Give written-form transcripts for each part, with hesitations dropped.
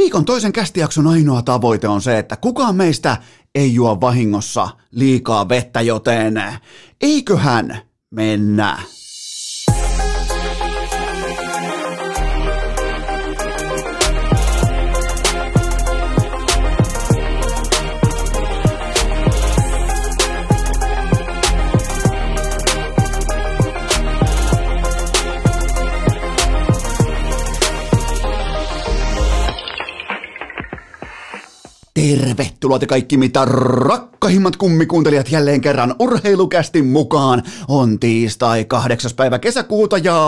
Viikon toisen kästijakson ainoa tavoite on se, että kukaan meistä ei juo vahingossa liikaa vettä, joten eiköhän mennä. Tervetuloa te kaikki mitä rakkahimmat kummikuuntelijat jälleen kerran Urheilukästin mukaan. On tiistai 8. päivä kesäkuuta ja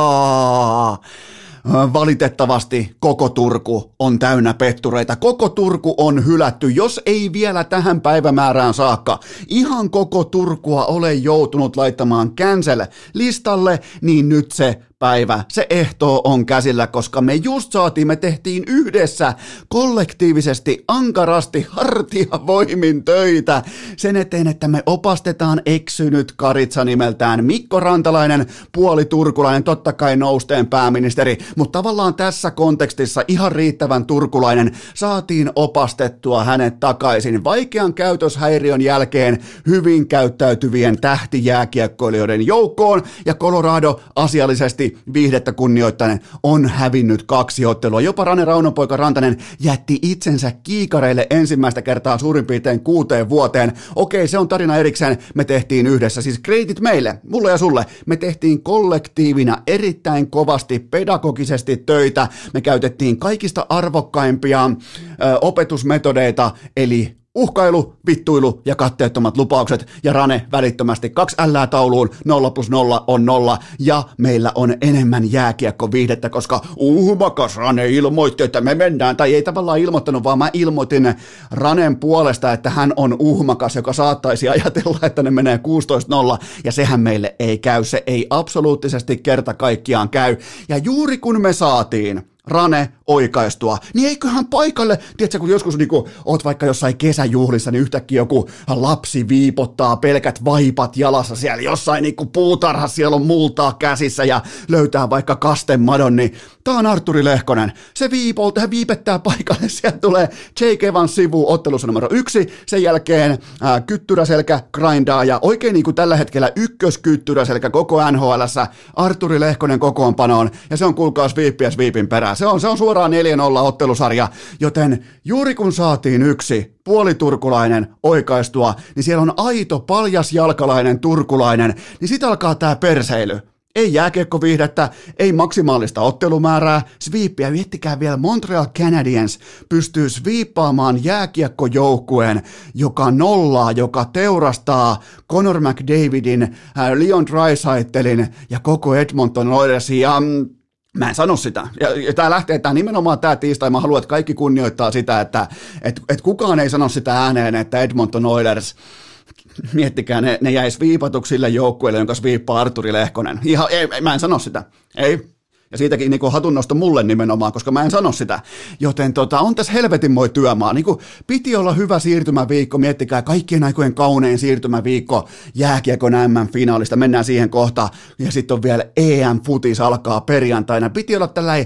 valitettavasti koko Turku on täynnä pettureita. Koko Turku on hylätty, jos ei vielä tähän päivämäärään saakka ihan koko Turkua ole joutunut laittamaan cancel-listalle, niin nyt se päivä, se ehtoo on käsillä, koska me tehtiin yhdessä kollektiivisesti ankarasti hartiavoimin töitä sen eteen, että me opastetaan eksynyt karitsa nimeltään Mikko Rantalainen, puoliturkulainen, totta kai nousteen pääministeri, mutta tavallaan tässä kontekstissa ihan riittävän turkulainen, saatiin opastettua hänet takaisin vaikean käytöshäiriön jälkeen hyvin käyttäytyvien tähtijääkiekkoilijoiden joukkoon, ja Colorado asiallisesti viihdettä kunnioittaen on hävinnyt 2 ottelua. Jopa Rane Raunopoika Rantanen jätti itsensä kiikareille ensimmäistä kertaa suurin piirtein 6 vuoteen. Okei, se on tarina erikseen, me tehtiin yhdessä. Siis kreditit meille, mulle ja sulle. Me tehtiin kollektiivina erittäin kovasti pedagogisesti töitä. Me käytettiin kaikista arvokkaimpia opetusmetodeita, eli uhkailu, vittuilu ja katteettomat lupaukset, ja Rane välittömästi 2 L:ää tauluun, 0+0 on 0, ja meillä on enemmän jääkiekkoviihdettä, koska uhmakas Rane ilmoitti, että me mennään, tai ei tavallaan ilmoittanut, vaan mä ilmoitin Ranen puolesta, että hän on uhmakas, joka saattaisi ajatella, että ne menee 16-0, ja sehän meille ei käy, se ei absoluuttisesti kerta kaikkiaan käy, ja juuri kun me saatiin Rane oikaistua, niin eiköhän paikalle, tiedätkö, kun joskus niin kun oot vaikka jossain kesäjuhlissa, niin yhtäkkiä joku lapsi viipottaa pelkät vaipat jalassa siellä jossain niin puutarhassa, siellä on multaa käsissä ja löytää vaikka kastemadon, niin tää on Artturi Lehkonen, se viipettää paikalle, sieltä tulee Jake Evans sivu ottelussa numero 1, sen jälkeen kyttyräselkä grindaa, ja oikein niin kuin tällä hetkellä ykköskyttyräselkä koko NHL:ssä Artturi Lehkonen kokoonpanoon, ja se on kuulkaas viippiä viipin perään. Se on suoraan 4-0 ottelusarja, joten juuri kun saatiin yksi puoliturkulainen oikaistua, niin siellä on aito paljasjalkalainen turkulainen, niin sit alkaa tää perseily. Ei jääkiekkoviihdettä, ei maksimaalista ottelumäärää, sweepiä, miettikää vielä, Montreal Canadiens pystyy sweepaamaan jääkiekkojoukkueen, joka nollaa, joka teurastaa Connor McDavidin, Leon Draisaitlin ja koko Edmonton Oilersin, ja mä en sano sitä. Ja tää lähtee, nimenomaan tää tiistai, mä haluan, että kaikki kunnioittaa sitä, että kukaan ei sano sitä ääneen, että Edmonton Oilers, miettikää, ne jäisi viipatuksi sille joukkueelle, jonka sviippaa Artturi Lehkonen. Mä en sano sitä. Ei. Ja siitäkin niin hatunnosto mulle nimenomaan, koska mä en sano sitä. Joten on tässä helvetinmoi työmaa. Niin piti olla hyvä siirtymäviikko, miettikää kaikkien aikojen kaunein siirtymäviikko jääkiekon MM-finaalista. Mennään siihen kohtaan. Ja sitten on vielä EM-futis alkaa perjantaina. Piti olla tällainen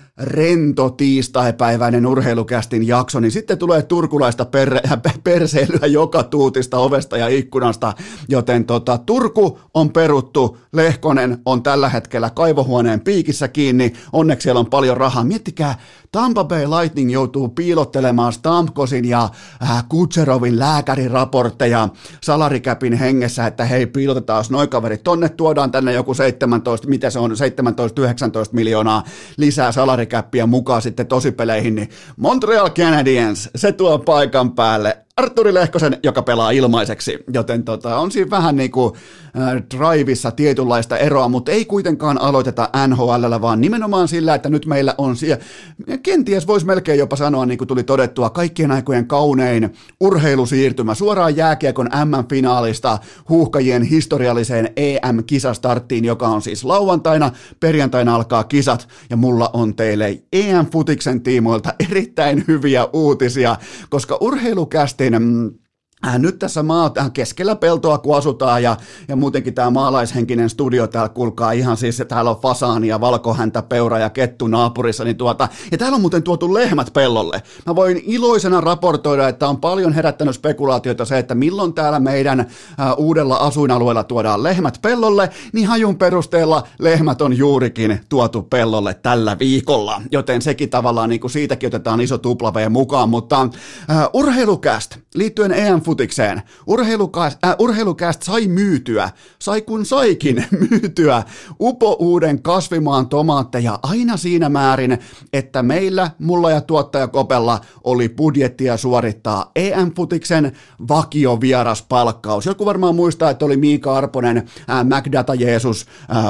rento tiistaipäiväinen Urheilukästin jakso, niin sitten tulee turkulaista perseilyä joka tuutista, ovesta ja ikkunasta, joten Turku on peruttu, Lehkonen on tällä hetkellä kaivohuoneen piikissä kiinni, onneksi siellä on paljon rahaa. Miettikää, Tampa Bay Lightning joutuu piilottelemaan Stamkosin ja Kutserovin lääkäriraportteja salarikäpin hengessä, että hei, piilotetaan noi kaverit tonne, tuodaan tänne joku 17, mitä se on, 17-19 miljoonaa lisää salarikäppiä mukaan sitten tosipeleihin, niin Montreal Canadiens, se tuo paikan päälle Artturi Lehkosen, joka pelaa ilmaiseksi, joten on siinä vähän niin kuin drivissa tietynlaista eroa, mutta ei kuitenkaan aloiteta NHL:llä, vaan nimenomaan sillä, että nyt meillä on siellä, kenties voisi melkein jopa sanoa, niin kuin tuli todettua, kaikkien aikojen kaunein urheilusiirtymä suoraan jääkiekon MM-finaalista huuhkajien historialliseen EM-kisastarttiin, joka on siis lauantaina, perjantaina alkaa kisat, ja mulla on teille EM-futiksen tiimoilta erittäin hyviä uutisia, koska Urheilukästin Nyt tässä keskellä peltoa, kun asutaan ja muutenkin tämä maalaishenkinen studio täällä, kuulkaa ihan siis, täällä on fasaani ja valkohäntä, peura ja kettu naapurissa, niin ja täällä on muuten tuotu lehmät pellolle. Mä voin iloisena raportoida, että on paljon herättänyt spekulaatiota se, että milloin täällä meidän uudella asuinalueella tuodaan lehmät pellolle, niin hajun perusteella lehmät on juurikin tuotu pellolle tällä viikolla, joten sekin tavallaan niin kuin siitäkin otetaan iso W mukaan, mutta urheilucast liittyen EM-futikseen. Urheilucast sai kun saikin myytyä uuden kasvimaan tomaatteja aina siinä määrin, että meillä, mulla ja tuottaja Kopella oli budjettia suorittaa EM-futiksen vakiovieraspalkkaus. Joku varmaan muistaa, että oli Miika Arponen, McData Jeesus,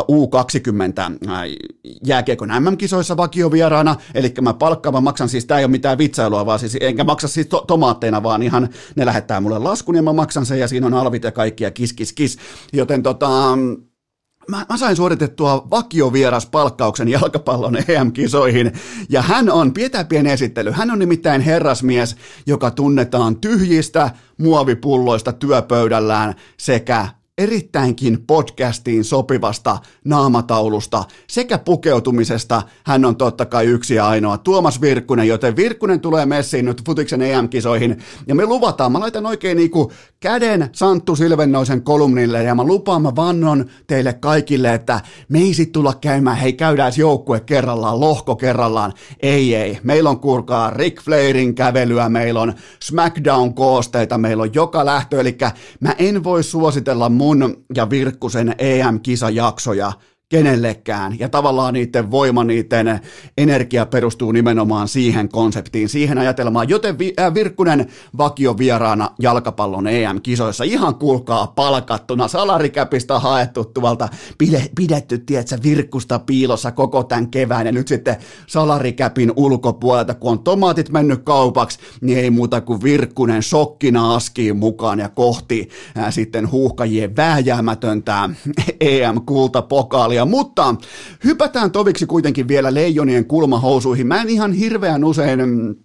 U20 jääkiekon MM-kisoissa vakiovieraana, eli mä maksan siis, tää ei ole mitään vitsailua, vaan siis enkä maksa siis tomaatteina, vaan ihan ne lähettää mulle laskun ja mä maksan sen ja siinä on alvit ja kaikki ja kis. Joten mä sain suoritettua vakiovieraspalkkauksen jalkapallon EM-kisoihin ja pidetään pieni esittely, hän on nimittäin herrasmies, joka tunnetaan tyhjistä muovipulloista työpöydällään sekä erittäinkin podcastiin sopivasta naamataulusta sekä pukeutumisesta. Hän on totta kai yksi ja ainoa Tuomas Virkkunen, joten Virkkunen tulee messiin nyt futiksen EM-kisoihin ja me luvataan, mä laitan oikein niinku käden Santtu Silvennoisen kolumnille ja mä vannon teille kaikille, että me ei sit tulla käymään, hei käydään joukkue kerrallaan, lohko kerrallaan, ei, meillä on kuulkaa Ric Flairin kävelyä, meillä on SmackDown-koosteita, meillä on joka lähtö, eli mä en voi suositella mun ja Virkkusen EM-kisajaksoja kenellekään, ja tavallaan niiden voima, niiden energia perustuu nimenomaan siihen konseptiin, siihen ajatelmaan, joten Virkkunen vakiovieraana jalkapallon EM-kisoissa, ihan kuulkaa palkattuna, salarikäpistä haettu tuolta, pidetty, tiedätkö, Virkkusta piilossa koko tämän kevään, ja nyt sitten salarikäpin ulkopuolelta, kun on tomaatit mennyt kaupaksi, niin ei muuta kuin Virkkunen shokkina askiin mukaan, ja kohti sitten huuhkajien vääjäämätöntä EM-kultapokaalia. Mutta hypätään toviksi kuitenkin vielä Leijonien kulmahousuihin. Mä en ihan hirveän usein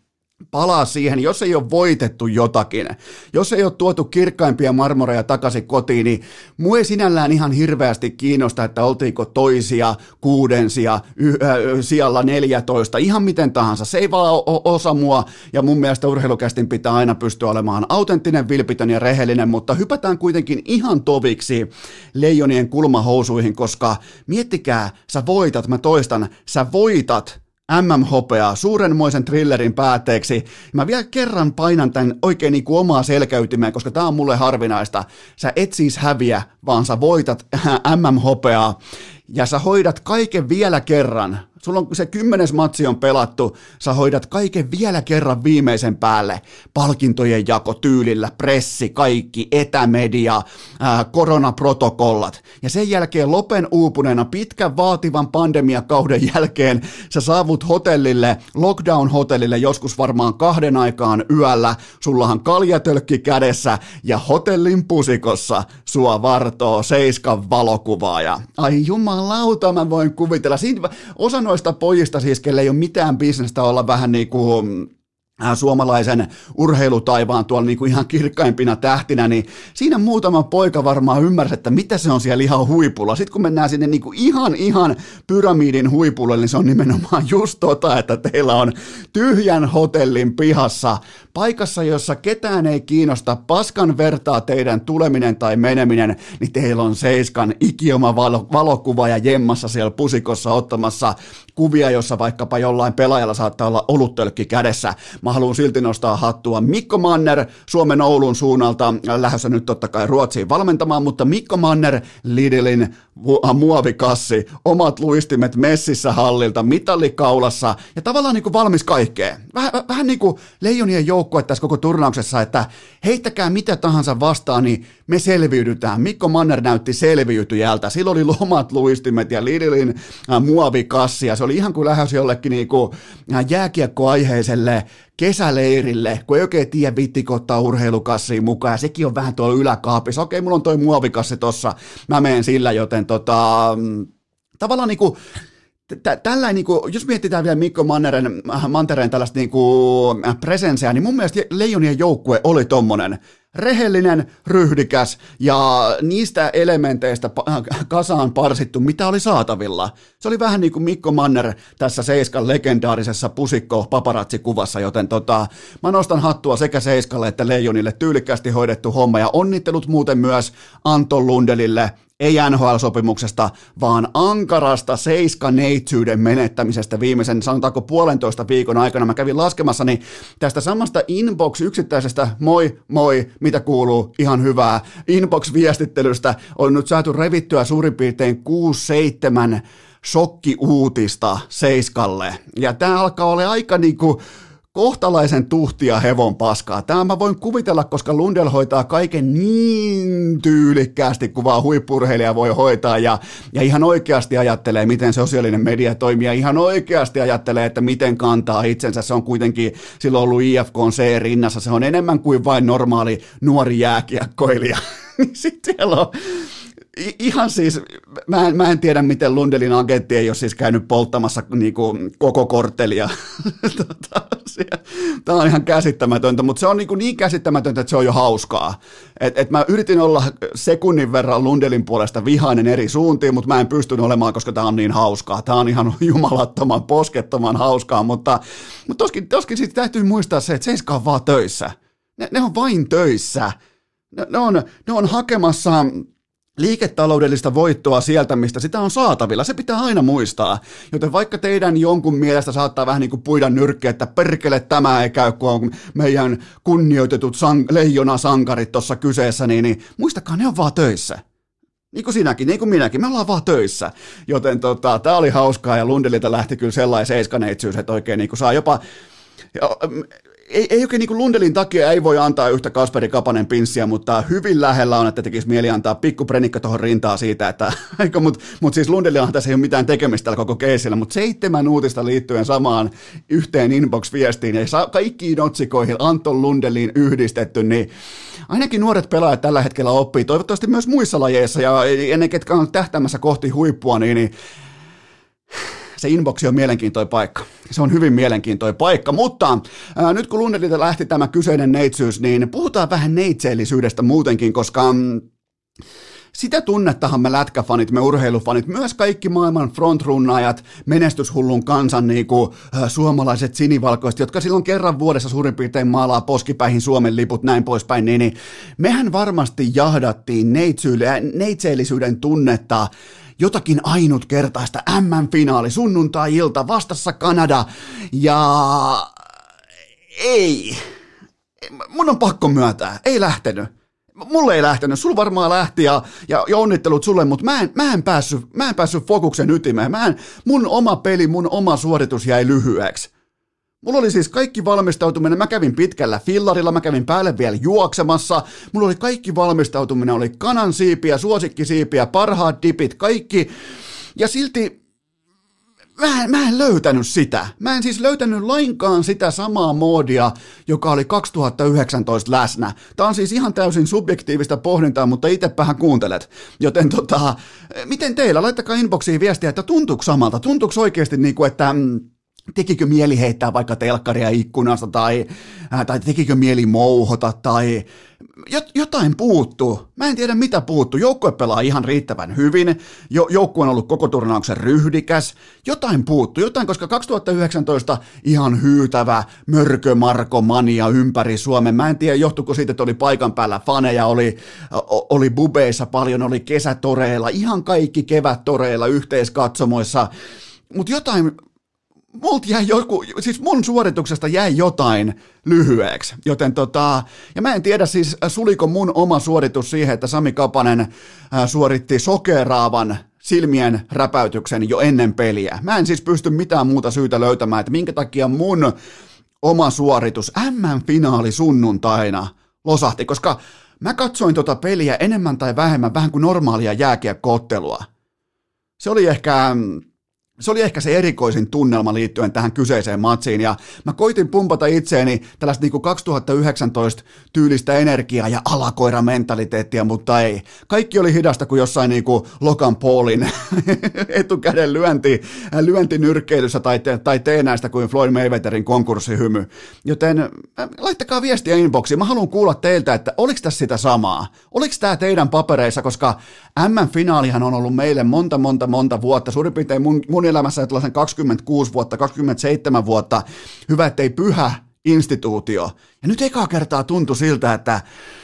palaa siihen, jos ei ole voitettu jotakin, jos ei ole tuotu kirkkaimpia marmoreja takaisin kotiin, niin mua ei sinällään ihan hirveästi kiinnosta, että oltiinko toisia, kuudensia, sijalla 14, ihan miten tahansa. Se ei vaan ole osa mua, ja mun mielestä urheilukästin pitää aina pystyä olemaan autenttinen, vilpitön ja rehellinen, mutta hypätään kuitenkin ihan toviksi Leijonien kulmahousuihin, koska miettikää, sä voitat, mä toistan, sä voitat MM-hopeaa suurenmoisen thrillerin päätteeksi. Mä vielä kerran painan tämän oikein niin kuin omaa selkäytimeen, koska tää on mulle harvinaista. Sä et siis häviä, vaan sä voitat MM-hopeaa ja sä hoidat kaiken vielä kerran. Sulla on se 10. matsi on pelattu, sä hoidat kaiken vielä kerran viimeisen päälle. Palkintojen jako tyylillä, pressi, kaikki, etämedia, koronaprotokollat. Ja sen jälkeen lopen uupuneena pitkän vaativan pandemiakauden jälkeen sä saavut hotellille, lockdown-hotellille joskus varmaan 2 aikaan yöllä. Sullahan kaljatölkki kädessä ja hotellin pusikossa sua vartoo 7 valokuvaaja. Ai jumalauta, mä voin kuvitella. Siinä osa noista pojista siis, kelle ei ole mitään bisnestä olla vähän niin kuin suomalaisen urheilutaivaan tuolla niin kuin ihan kirkkaimpina tähtinä, niin siinä muutama poika varmaan ymmärsi, että mitä se on siellä ihan huipulla. Sitten kun mennään sinne niin kuin ihan pyramidin huipulle, niin se on nimenomaan just että teillä on tyhjän hotellin pihassa, paikassa, jossa ketään ei kiinnosta paskan vertaa teidän tuleminen tai meneminen, niin teillä on 7 ikioma valokuva ja jemmassa siellä pusikossa ottamassa kuvia, jossa vaikkapa jollain pelaajalla saattaa olla oluttölkki kädessä. Mä haluan silti nostaa hattua Mikko Manner Suomen Oulun suunnalta, lähdössä nyt totta kai Ruotsiin valmentamaan, mutta Mikko Manner, Lidlin muovikassi, omat luistimet messissä hallilta, mitallikaulassa ja tavallaan niin kuin valmis kaikkeen. Vähän niin kuin Leijonien joukkue tässä koko turnauksessa, että heittäkää mitä tahansa vastaan, niin me selviydytään. Mikko Manner näytti selviytyjältä. Sillä oli omat luistimet ja Lidlin muovikassi ja se oli ihan kuin lähes jollekin niin kuin jääkiekkoaiheiselle kesäleirille, kun ei oikein tiedä vittikö ottaa urheilukassiin mukaan, ja sekin on vähän tuolla yläkaapissa. Okei, mulla on toi muovikassi tossa, mä menen sillä, joten tavallaan niinku tällä niin kuin, jos mietitään vielä Mikko Mantereen tällaista niin kuin presenseä, niin mun mielestä Leijonien joukkue oli tommonen rehellinen, ryhdikäs ja niistä elementeistä kasaan parsittu, mitä oli saatavilla. Se oli vähän niin kuin Mikko Manner tässä Seiskan legendaarisessa pusikko paparazzi-kuvassa, joten mä nostan hattua sekä Seiskalle että Leijonille, tyylikkästi hoidettu homma ja onnittelut muuten myös Anton Lundelille, ei NHL-sopimuksesta, vaan ankarasta seiskaneitsyyden menettämisestä viimeisen, sanotaanko 1,5 viikon aikana. Mä kävin laskemassani tästä samasta inbox-yksittäisestä moi, mitä kuuluu, ihan hyvää inbox-viestittelystä on nyt saatu revittyä suurin piirtein 6-7 shokkiuutista Seiskalle. Ja tää alkaa olla aika niinku kohtalaisen tuhtia hevon paskaa. Tämä mä voin kuvitella, koska Lundell hoitaa kaiken niin tyylikkäästi kuin vaan huippu-urheilija voi hoitaa ja ihan oikeasti ajattelee, miten sosiaalinen media toimii ja ihan oikeasti ajattelee, että miten kantaa itsensä. Se on kuitenkin silloin ollut IFK rinnassa. Se on enemmän kuin vain normaali nuori jääkiekkoilija. Sitten siellä on ihan siis, mä en tiedä, miten Lundellin agentti ei ole siis käynyt polttamassa niinku koko korttelia. Tämä on ihan käsittämätöntä, mutta se on niin käsittämätöntä, että se on jo hauskaa. Et mä yritin olla sekunnin verran Lundellin puolesta vihainen eri suuntiin, mutta mä en pystynyt olemaan, koska tämä on niin hauskaa. Tämä on ihan jumalattoman, poskettoman hauskaa, mutta toskin sitten täytyy muistaa se, että Seiska on vaan töissä. Ne on vain töissä. Ne on hakemassa liiketaloudellista voittoa sieltä, mistä sitä on saatavilla. Se pitää aina muistaa. Joten vaikka teidän jonkun mielestä saattaa vähän niin kuin puida nyrkkiä, että perkele tämä ei käy, kun on meidän kunnioitetut leijonasankarit tuossa kyseessä, niin muistakaa, ne on vaan töissä. Niin kuin sinäkin, niin kuin minäkin, me ollaan vaan töissä. Joten tämä oli hauskaa ja Lundellilta lähti kyllä sellainen seiskaneitsyys, että oikein niin kuin saa jopa ei oikein niin kuin Lundellin takia ei voi antaa yhtä Kasperi Kapanen pinssiä, mutta hyvin lähellä on, että tekisi mieli antaa pikku prenikka tuohon rintaan siitä, että mutta siis Lundellilla tässä ei ole mitään tekemistä tällä koko keisillä, mutta 7 uutista liittyen samaan yhteen inbox-viestiin ja kaikkiin otsikoihin Anton Lundellin yhdistetty, niin ainakin nuoret pelaajat tällä hetkellä oppii, toivottavasti myös muissa lajeissa ja ennen ketkä on tähtäämässä kohti huippua, niin se inboxi on mielenkiintoinen paikka. Se on hyvin mielenkiintoinen paikka, mutta nyt kun Lundellilta lähti tämä kyseinen neitsyys, niin puhutaan vähän neitseellisyydestä muutenkin, koska sitä tunnettahan me lätkäfanit, me urheilufanit, myös kaikki maailman frontrunnaajat, menestyshullun kansan suomalaiset sinivalkoiset, jotka silloin kerran vuodessa suurin piirtein maalaa poskipäihin Suomen liput, näin poispäin, niin mehän varmasti jahdattiin neitseellisyyden tunnetta jotakin ainutkertaista MM-finaali, sunnuntai-ilta, vastassa Kanada, ja ei, mun on pakko myöntää, ei lähtenyt. Mulle ei lähtenyt, sulla varmaan lähti ja onnittelut sulle, mutta mä en päässyt fokuksen ytimeen. Mun oma peli, mun oma suoritus jäi lyhyeksi. Mulla oli siis kaikki valmistautuminen, mä kävin pitkällä fillarilla, mä kävin päälle vielä juoksemassa, mulla oli kaikki valmistautuminen, oli kanansiipiä, suosikkisiipiä, parhaat dipit, kaikki, ja silti mä en löytänyt sitä. Mä en siis löytänyt lainkaan sitä samaa moodia, joka oli 2019 läsnä. Tää on siis ihan täysin subjektiivista pohdintaa, mutta itsepähän kuuntelet. Joten miten teillä? Laittakaa inboxiin viestiä, että tuntuuko samalta? Tuntuuko oikeasti niin kuin, että tekikö mieli heittää vaikka telkkaria ikkunasta tai tekikö mieli mouhota tai jotain puuttuu. Mä en tiedä mitä puuttuu. Joukkue pelaa ihan riittävän hyvin. Joukkue on ollut koko turnauksen ryhdikäs. Jotain puuttuu. Jotain, koska 2019 ihan hyytävä mörkömarkomania ympäri Suomen. Mä en tiedä johtuuko siitä, että oli paikan päällä faneja, oli bubeissa paljon, oli kesätoreilla, ihan kaikki kevättoreilla, yhteiskatsomoissa. Mutta jotain multa jäi siis mun suorituksesta jäi jotain lyhyeksi, joten ja mä en tiedä siis suliko mun oma suoritus siihen, että Sami Kapanen suoritti sokeraavan silmien räpäytyksen jo ennen peliä. Mä en siis pysty mitään muuta syytä löytämään, että minkä takia mun oma suoritus MM-finaali sunnuntaina losahti, koska mä katsoin peliä enemmän tai vähemmän vähän kuin normaalia jääkiekko-ottelua. Se oli ehkä Se oli ehkä se erikoisin tunnelma liittyen tähän kyseiseen matsiin, ja mä koitin pumpata itseeni tällaista niin kuin 2019 tyylistä energiaa ja alakoiramentaliteettia, mutta ei. Kaikki oli hidasta kuin jossain niin kuin Logan Paulin etukäden lyöntinyrkkeilyssä tai teenäistä kuin Floyd Mayweatherin konkurssihymy. Joten laittakaa viestiä inboxiin. Mä haluan kuulla teiltä, että oliko tässä sitä samaa? Oliko tämä teidän papereissa, koska M-finaalihan on ollut meille monta vuotta, suurin piirtein mun elämässä tällaisen 26 vuotta, 27 vuotta, hyvä ettei pyhä instituutio. Ja nyt ekaa kertaa tuntui siltä, että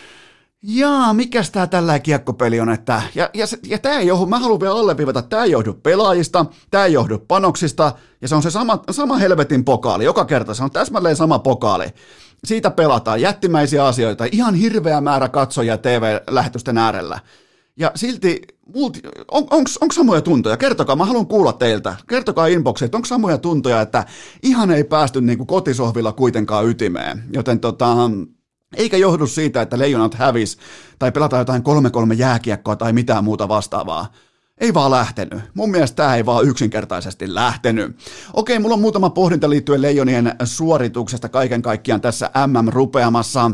mikäs tää tällä kiekkopeli on, että, ja tää ei johdu, mä haluan vielä alleviivata, tää ei johdu pelaajista, tää ei johdu panoksista, ja se on se sama helvetin pokaali, joka kerta se on täsmälleen sama pokaali. Siitä pelataan jättimäisiä asioita, ihan hirveä määrä katsojia TV-lähetysten äärellä. Ja silti, onko samoja tuntoja? Kertokaa, mä haluan kuulla teiltä. Kertokaa inboxiin, että onko samoja tuntoja, että ihan ei päästy niin kuin kotisohvilla kuitenkaan ytimeen. Joten eikä johdu siitä, että Leijonat hävis tai pelataan jotain 3-3 jääkiekkoa tai mitään muuta vastaavaa. Ei vaan lähtenyt. Mun mielestä tämä ei vaan yksinkertaisesti lähtenyt. Okei, mulla on muutama pohdinta liittyen Leijonien suorituksesta kaiken kaikkiaan tässä MM-rupeamassa.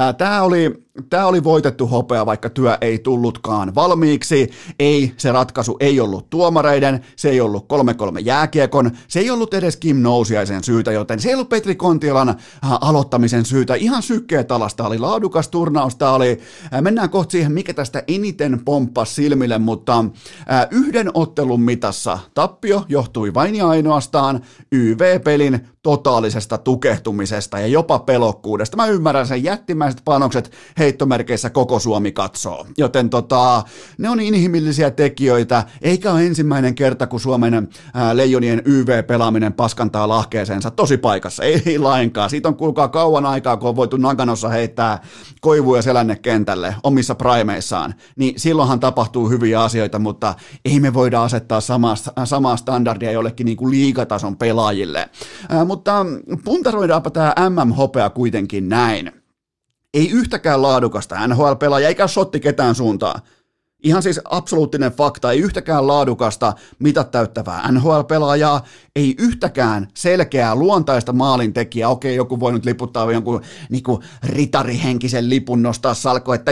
Tämä oli voitettu hopea, vaikka työ ei tullutkaan valmiiksi. Ei, se ratkaisu ei ollut tuomareiden, se ei ollut 3-3 jääkiekon, se ei ollut edes Kim Nousiaisen syytä, joten se ei ollut Petri Kontiolan aloittamisen syytä. Ihan sykkeet alasta oli laadukas turnaus, tämä oli, mennään kohta siihen, mikä tästä eniten pomppasi silmille, mutta yhden ottelun mitassa tappio johtui vain ja ainoastaan YV-pelin totaalisesta tukehtumisesta ja jopa pelokkuudesta. Mä ymmärrän sen, jättimäiset panokset heittomerkeissä koko Suomi katsoo. Joten ne on inhimillisiä tekijöitä, eikä ole ensimmäinen kerta, kun Suomen Leijonien YV-pelaaminen paskantaa lahkeeseensa tosi paikassa. Ei lainkaan. Siitä on kuulkaa kauan aikaa, kun on voitu Naganossa heittää koivuja selänne kentälle omissa primeissaan. Niin silloinhan tapahtuu hyviä asioita, mutta ei me voida asettaa samaa standardia jollekin niin kuin liigatason pelaajille. Mutta puntaroidaanpa tämä MM-hopea kuitenkin näin. Ei yhtäkään laadukasta NHL-pelaajaa, eikä shotti ketään suuntaan. Ihan siis absoluuttinen fakta, ei yhtäkään laadukasta mitat täyttävää NHL-pelaajaa, ei yhtäkään selkeää luontaista maalintekijää. Okei, joku voi nyt liputtaa jonkun niinku ritarihenkisen lipun nostaa salko, että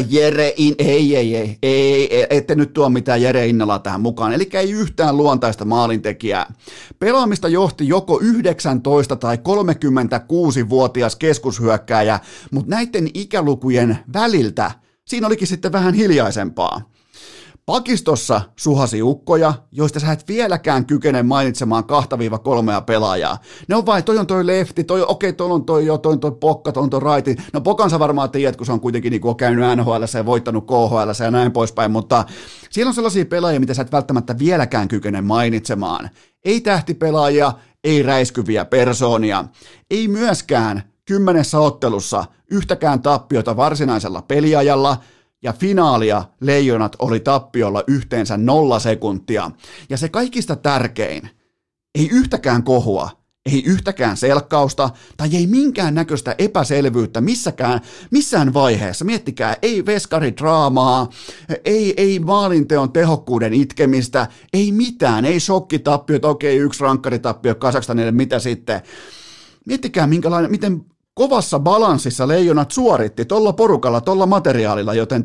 ei, ette nyt tuo mitään Jere Innalaa tähän mukaan. Eli ei yhtään luontaista maalintekijää. Pelaamista johti joko 19 tai 36-vuotias keskushyökkääjä, mutta näiden ikälukujen väliltä siinä olikin sitten vähän hiljaisempaa. Pakistossa suhasi ukkoja, joista sä et vieläkään kykene mainitsemaan 2-3 pelaajaa. Ne on vain, toi on toi lefti, toi on toi pokka, toi on toi raiti. No pokansa varmaan tiedät, kun se on kuitenkin niin kuin käynyt NHL:ssä ja voittanut KHL:ssä ja näin poispäin, mutta siellä on sellaisia pelaajia, mitä sä et välttämättä vieläkään kykene mainitsemaan. Ei tähtipelaajia, ei räiskyviä persoonia, ei myöskään 10 ottelussa yhtäkään tappiota varsinaisella peliajalla, ja finaalia Leijonat oli tappiolla yhteensä 0 sekuntia. Ja se kaikista tärkein, ei yhtäkään kohua, ei yhtäkään selkkausta tai ei minkään näköistä epäselvyyttä missään vaiheessa. Miettikää, ei veskaridraamaa, ei maalinteon tehokkuuden itkemistä, ei mitään, ei shokkitappiot, okei, 1 rankkaritappio Kazakstanille, mitä sitten. Miettikää, miten kovassa balanssissa Leijonat suoritti tuolla porukalla, tuolla materiaalilla, joten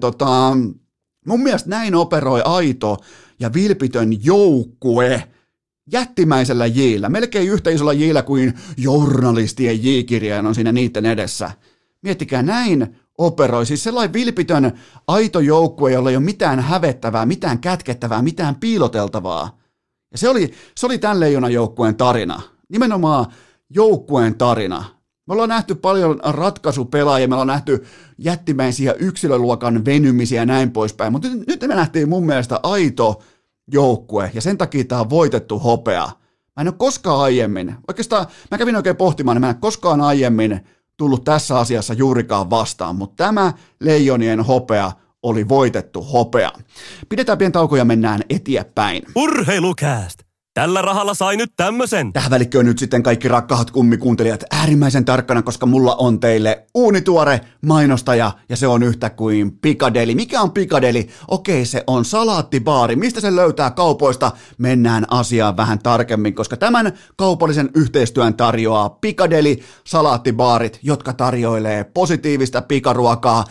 mun mielestä näin operoi aito ja vilpitön joukkue jättimäisellä J:llä, melkein yhtä isolla J:llä kuin journalistien J-kirjain on siinä niiden edessä. Miettikää, näin operoi, siis sellainen vilpitön aito joukkue, jolla ei ole mitään hävettävää, mitään kätkettävää, mitään piiloteltavaa. Ja se oli tämän Leijonan joukkueen tarina, nimenomaan joukkueen tarina. Me ollaan nähty paljon ratkaisupelaajia, me ollaan nähty jättimäisiä yksilöluokan venymisiä ja näin poispäin, mutta nyt me nähtiin mun mielestä aito joukkue, ja sen takia tämä on voitettu hopea. Mä en ole koskaan aiemmin, oikeastaan mä kävin oikein pohtimaan, niin mä en ole koskaan aiemmin tullut tässä asiassa juurikaan vastaan, mutta tämä Leijonien hopea oli voitettu hopea. Pidetään pieni tauko ja mennään eteenpäin. Urheilukääst! Tällä rahalla sai nyt tämmösen. Tähän välikköön nyt sitten kaikki rakkaat kummikuuntelijat äärimmäisen tarkkana, koska mulla on teille uunituore mainostaja ja se on yhtä kuin Pikadeli. Mikä on Pikadeli? Okei, se on salaattibaari. Mistä se löytää kaupoista? Mennään asiaan vähän tarkemmin, koska tämän kaupallisen yhteistyön tarjoaa Pikadeli salaattibaarit, jotka tarjoilee positiivista pikaruokaa.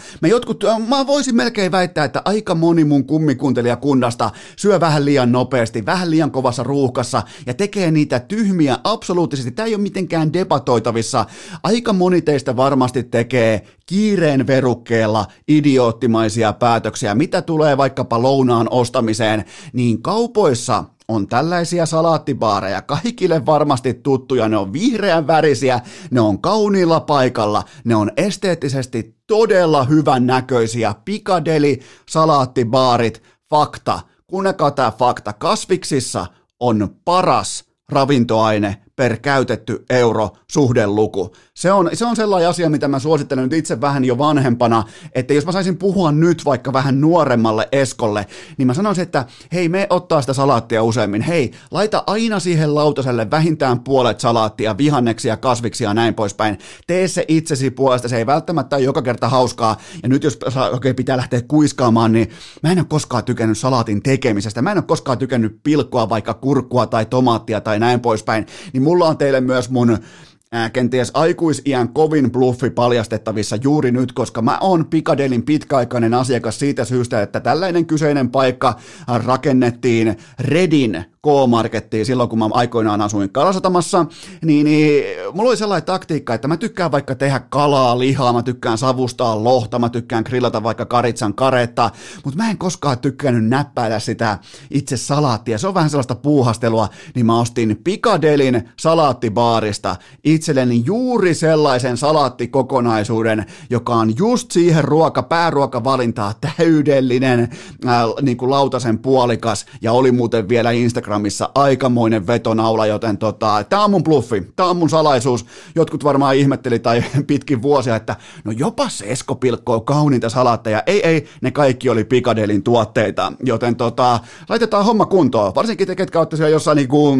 Mä voisin melkein väittää, että aika moni mun kummikuuntelijakunnasta syö vähän liian nopeasti, vähän liian kovassa ruuhkassa ja tekee niitä tyhmiä absoluuttisesti. Tämä ei ole mitenkään debatoitavissa. Aika moni teistä varmasti tekee kiireen verukkeella idioottimaisia päätöksiä. Mitä tulee vaikkapa lounaan ostamiseen, niin kaupoissa on tällaisia salaattibaareja, kaikille varmasti tuttuja, ne on vihreän värisiä, ne on kauniilla paikalla, ne on esteettisesti todella hyvän näköisiä. Pikadeli salaattibaarit, fakta, kuunnelkaa tämä fakta, kasviksissa on paras ravintoaine per käytetty euro suhdeluku. Se on sellainen asia, mitä mä suosittelen nyt itse vähän jo vanhempana, että jos mä saisin puhua nyt vaikka vähän nuoremmalle Eskolle, niin mä sanoisin, että hei, me ottaa sitä salaattia useammin. Hei, laita aina siihen lautaselle vähintään puolet salaattia, vihanneksia, kasviksia ja näin poispäin. Tee se itsesi puolesta, se ei välttämättä ole joka kerta hauskaa. Ja nyt jos pitää lähteä kuiskaamaan, niin mä en ole koskaan tykännyt salaatin tekemisestä. Mä en ole koskaan tykännyt pilkkoa vaikka kurkkua tai tomaattia tai näin poispäin. Niin mulla on teille myös mun kenties aikuisiän kovin bluffi paljastettavissa juuri nyt, koska mä oon Pikadelin pitkäaikainen asiakas siitä syystä, että tällainen kyseinen paikka rakennettiin Redin K-Markettiin silloin, kun mä aikoinaan asuin Kalasatamassa, niin mulla oli sellainen taktiikka, että mä tykkään vaikka tehdä kalaa, lihaa, mä tykkään savustaa lohta, mä tykkään grillata vaikka karitsan karetta, mutta mä en koskaan tykkännyt näppäillä sitä itse salaattia, se on vähän sellaista puuhastelua, niin mä ostin Pikadelin salaattibaarista itselleni juuri sellaisen salaattikokonaisuuden, joka on just siihen pääruokavalintaan täydellinen niin kuin lautasen puolikas, ja oli muuten vielä Instagramissa aikamoinen vetonaula, joten tää on mun bluffi, tää on mun salaisuus. Jotkut varmaan ihmetteli tai pitkin vuosia, että no jopa se Esko pilkkoo kauniita salaatteja. Ei, ne kaikki oli Pikadelin tuotteita, joten laitetaan homma kuntoon. Varsinkin te, ketkä olette siellä jossain niinku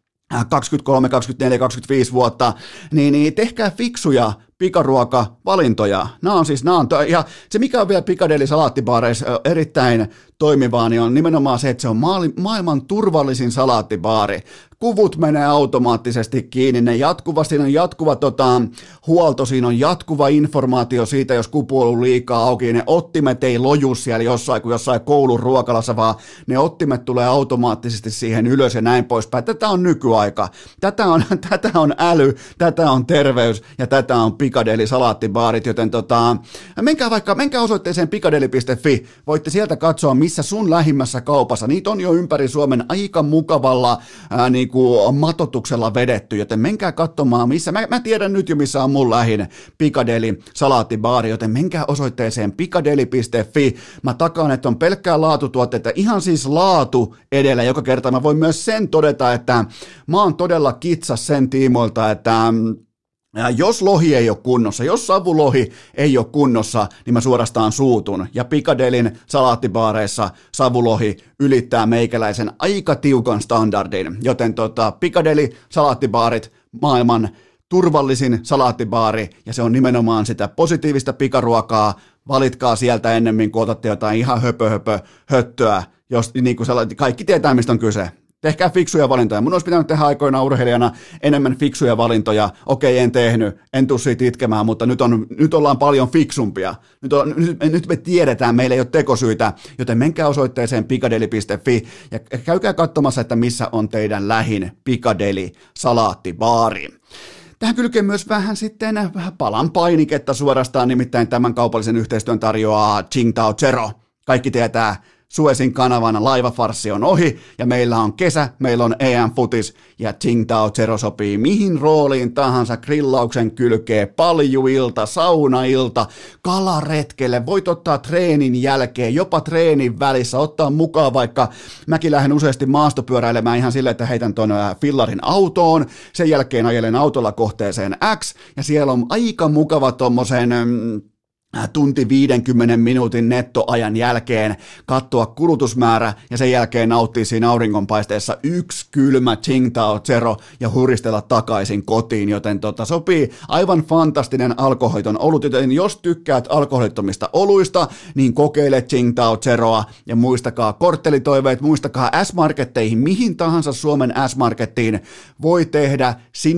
23, 24, 25 vuotta, niin tehkää fiksuja pikaruokavalintoja. Ja se, mikä on vielä Pikadeli salaattibaareissa erittäin toimivaa, niin on nimenomaan se, että se on maailman turvallisin salaattibaari. Kuvut menee automaattisesti kiinni, siinä on jatkuva huolto, siinä on jatkuva informaatio siitä, jos kupu on ollut liikaa auki, ne ottimet ei loju siellä jossain koulun ruokalassa, vaan ne ottimet tulee automaattisesti siihen ylös ja näin poispäin. Tätä on nykyaika, tätä on äly, tätä on terveys ja tätä on Pikadeli salaattibaarit, joten menkää osoitteeseen pikadeli.fi, voitte sieltä katsoa, missä sun lähimmässä kaupassa, niitä on jo ympäri Suomen aika mukavalla matotuksella vedetty, joten menkää katsomaan, missä, mä tiedän nyt jo, missä on mun lähin Pikadeli salaattibaari, joten menkää osoitteeseen pikadeli.fi, mä takaan, että on pelkkää laatutuotteita, ihan siis laatu edellä joka kerta, mä voin myös sen todeta, että mä oon todella kitsas sen tiimoilta, että jos lohi ei ole kunnossa, jos savulohi ei ole kunnossa, niin mä suorastaan suutun. Ja Pikadelin salaattibaareissa savulohi ylittää meikäläisen aika tiukan standardin. Joten Pikadeli salaattibaarit, maailman turvallisin salaattibaari, ja se on nimenomaan sitä positiivista pikaruokaa. Valitkaa sieltä ennemmin, kun otatte jotain ihan höttöä, jos niin kuin kaikki tietää, mistä on kyse. Tehkää fiksuja valintoja. Mun olisi pitänyt tehdä aikoinaan urheilijana enemmän fiksuja valintoja. Okei, en tehnyt, en tule siitä itkemään, mutta nyt ollaan paljon fiksumpia. Nyt me tiedetään, meillä ei ole tekosyitä, joten menkää osoitteeseen pikadeli.fi ja käykää katsomassa, että missä on teidän lähin Pikadeli salaattibaari. Tähän kylkee myös vähän sitten palan painiketta suorastaan, nimittäin tämän kaupallisen yhteistyön tarjoaa Tsingtao Zero. Kaikki tietää, Suezin kanavan laivafarssi on ohi ja meillä on kesä, meillä on EM-futis ja Tsingtao Zero sopii mihin rooliin tahansa, grillauksen kylkee, paljuilta, saunailta, kalaretkelle, voit ottaa treenin jälkeen, jopa treenin välissä, ottaa mukaan vaikka, mäkin lähden useasti maastopyöräilemään ihan silleen, että heitän ton fillarin autoon, sen jälkeen ajelen autolla kohteeseen X ja siellä on aika mukava tommosen tunti 50 minuutin nettoajan jälkeen katsoa kulutusmäärä ja sen jälkeen nauttia siinä auringonpaisteessa yksi kylmä Tsingtao Zero ja huristella takaisin kotiin, joten sopii aivan fantastinen alkoholiton olut, joten jos tykkäät alkoholittomista oluista, niin kokeile Tsingtao Zeroa ja muistakaa korttelitoiveet, muistakaa S-Marketteihin, mihin tahansa Suomen S-Markettiin voi tehdä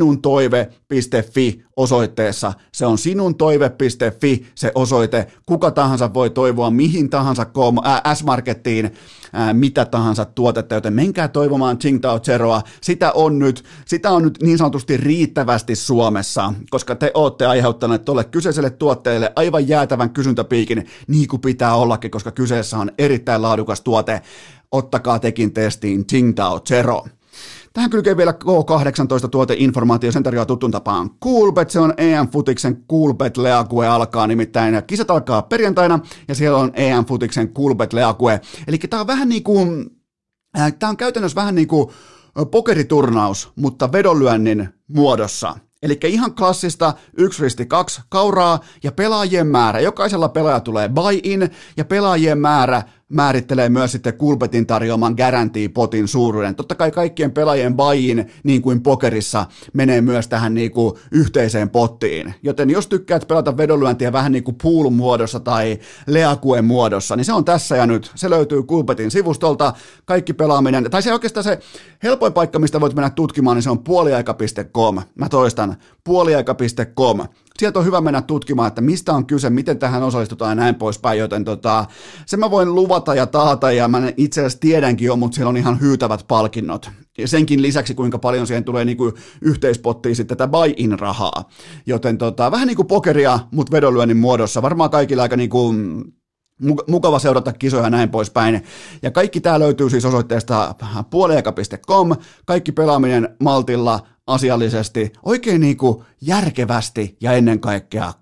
sinuntoive.fi osoitteessa. Se on sinuntoive.fi se osoite. Kuka tahansa voi toivoa mihin tahansa S-Markettiin mitä tahansa tuotetta, joten menkää toivomaan Tsingtao Zeroa. Sitä on nyt niin sanotusti riittävästi Suomessa, koska te olette aiheuttaneet tuolle kyseiselle tuotteelle aivan jäätävän kysyntäpiikin, niin kuin pitää ollakin, koska kyseessä on erittäin laadukas tuote. Ottakaa tekin testiin Tsingtao Zero. Tähän kylkee vielä K18-tuoteinformaatio, sen tarjoaa tuttuun tapaan Coolbet, se on EM-futiksen Coolbet League alkaa, nimittäin kisat alkaa perjantaina ja siellä on EM-futiksen Coolbet League, eli tämä on vähän niin kuin, tämä on käytännössä vähän niin kuin pokeriturnaus, mutta vedonlyönnin muodossa. Eli ihan klassista 1-2 kauraa ja pelaajien määrä. Jokaisella pelaaja tulee buy-in ja pelaajien määrä määrittelee myös sitten Coolbetin tarjoaman guarantee-potin suuruuden. Totta kai kaikkien pelaajien buy-in, niin kuin pokerissa, menee myös tähän niin kuin yhteiseen pottiin. Joten jos tykkäät pelata vedonlyöntiä vähän niin kuin pool-muodossa tai leakuen muodossa, niin se on tässä ja nyt. Se löytyy Coolbetin sivustolta. Kaikki pelaaminen, tai se oikeastaan se helpoin paikka, mistä voit mennä tutkimaan, niin se on puoliaika.com. Mä toistan, puoliaika.com. Sieltä on hyvä mennä tutkimaan, että mistä on kyse, miten tähän osallistutaan ja näin poispäin, joten sen mä voin luvata ja taata, ja mä itse asiassa tiedänkin jo, mutta siellä on ihan hyytävät palkinnot. Ja senkin lisäksi, kuinka paljon siihen tulee niinku yhteispottiin sitten tätä buy-in rahaa. Joten vähän niin kuin pokeria, mutta vedonlyönnin muodossa. Varmaan kaikilla aika niinku mukava seurata kisoja ja näin poispäin. Ja kaikki tämä löytyy siis osoitteesta puoliaika.com. Kaikki pelaaminen maltilla, asiallisesti, oikein niinku järkevästi ja ennen kaikkea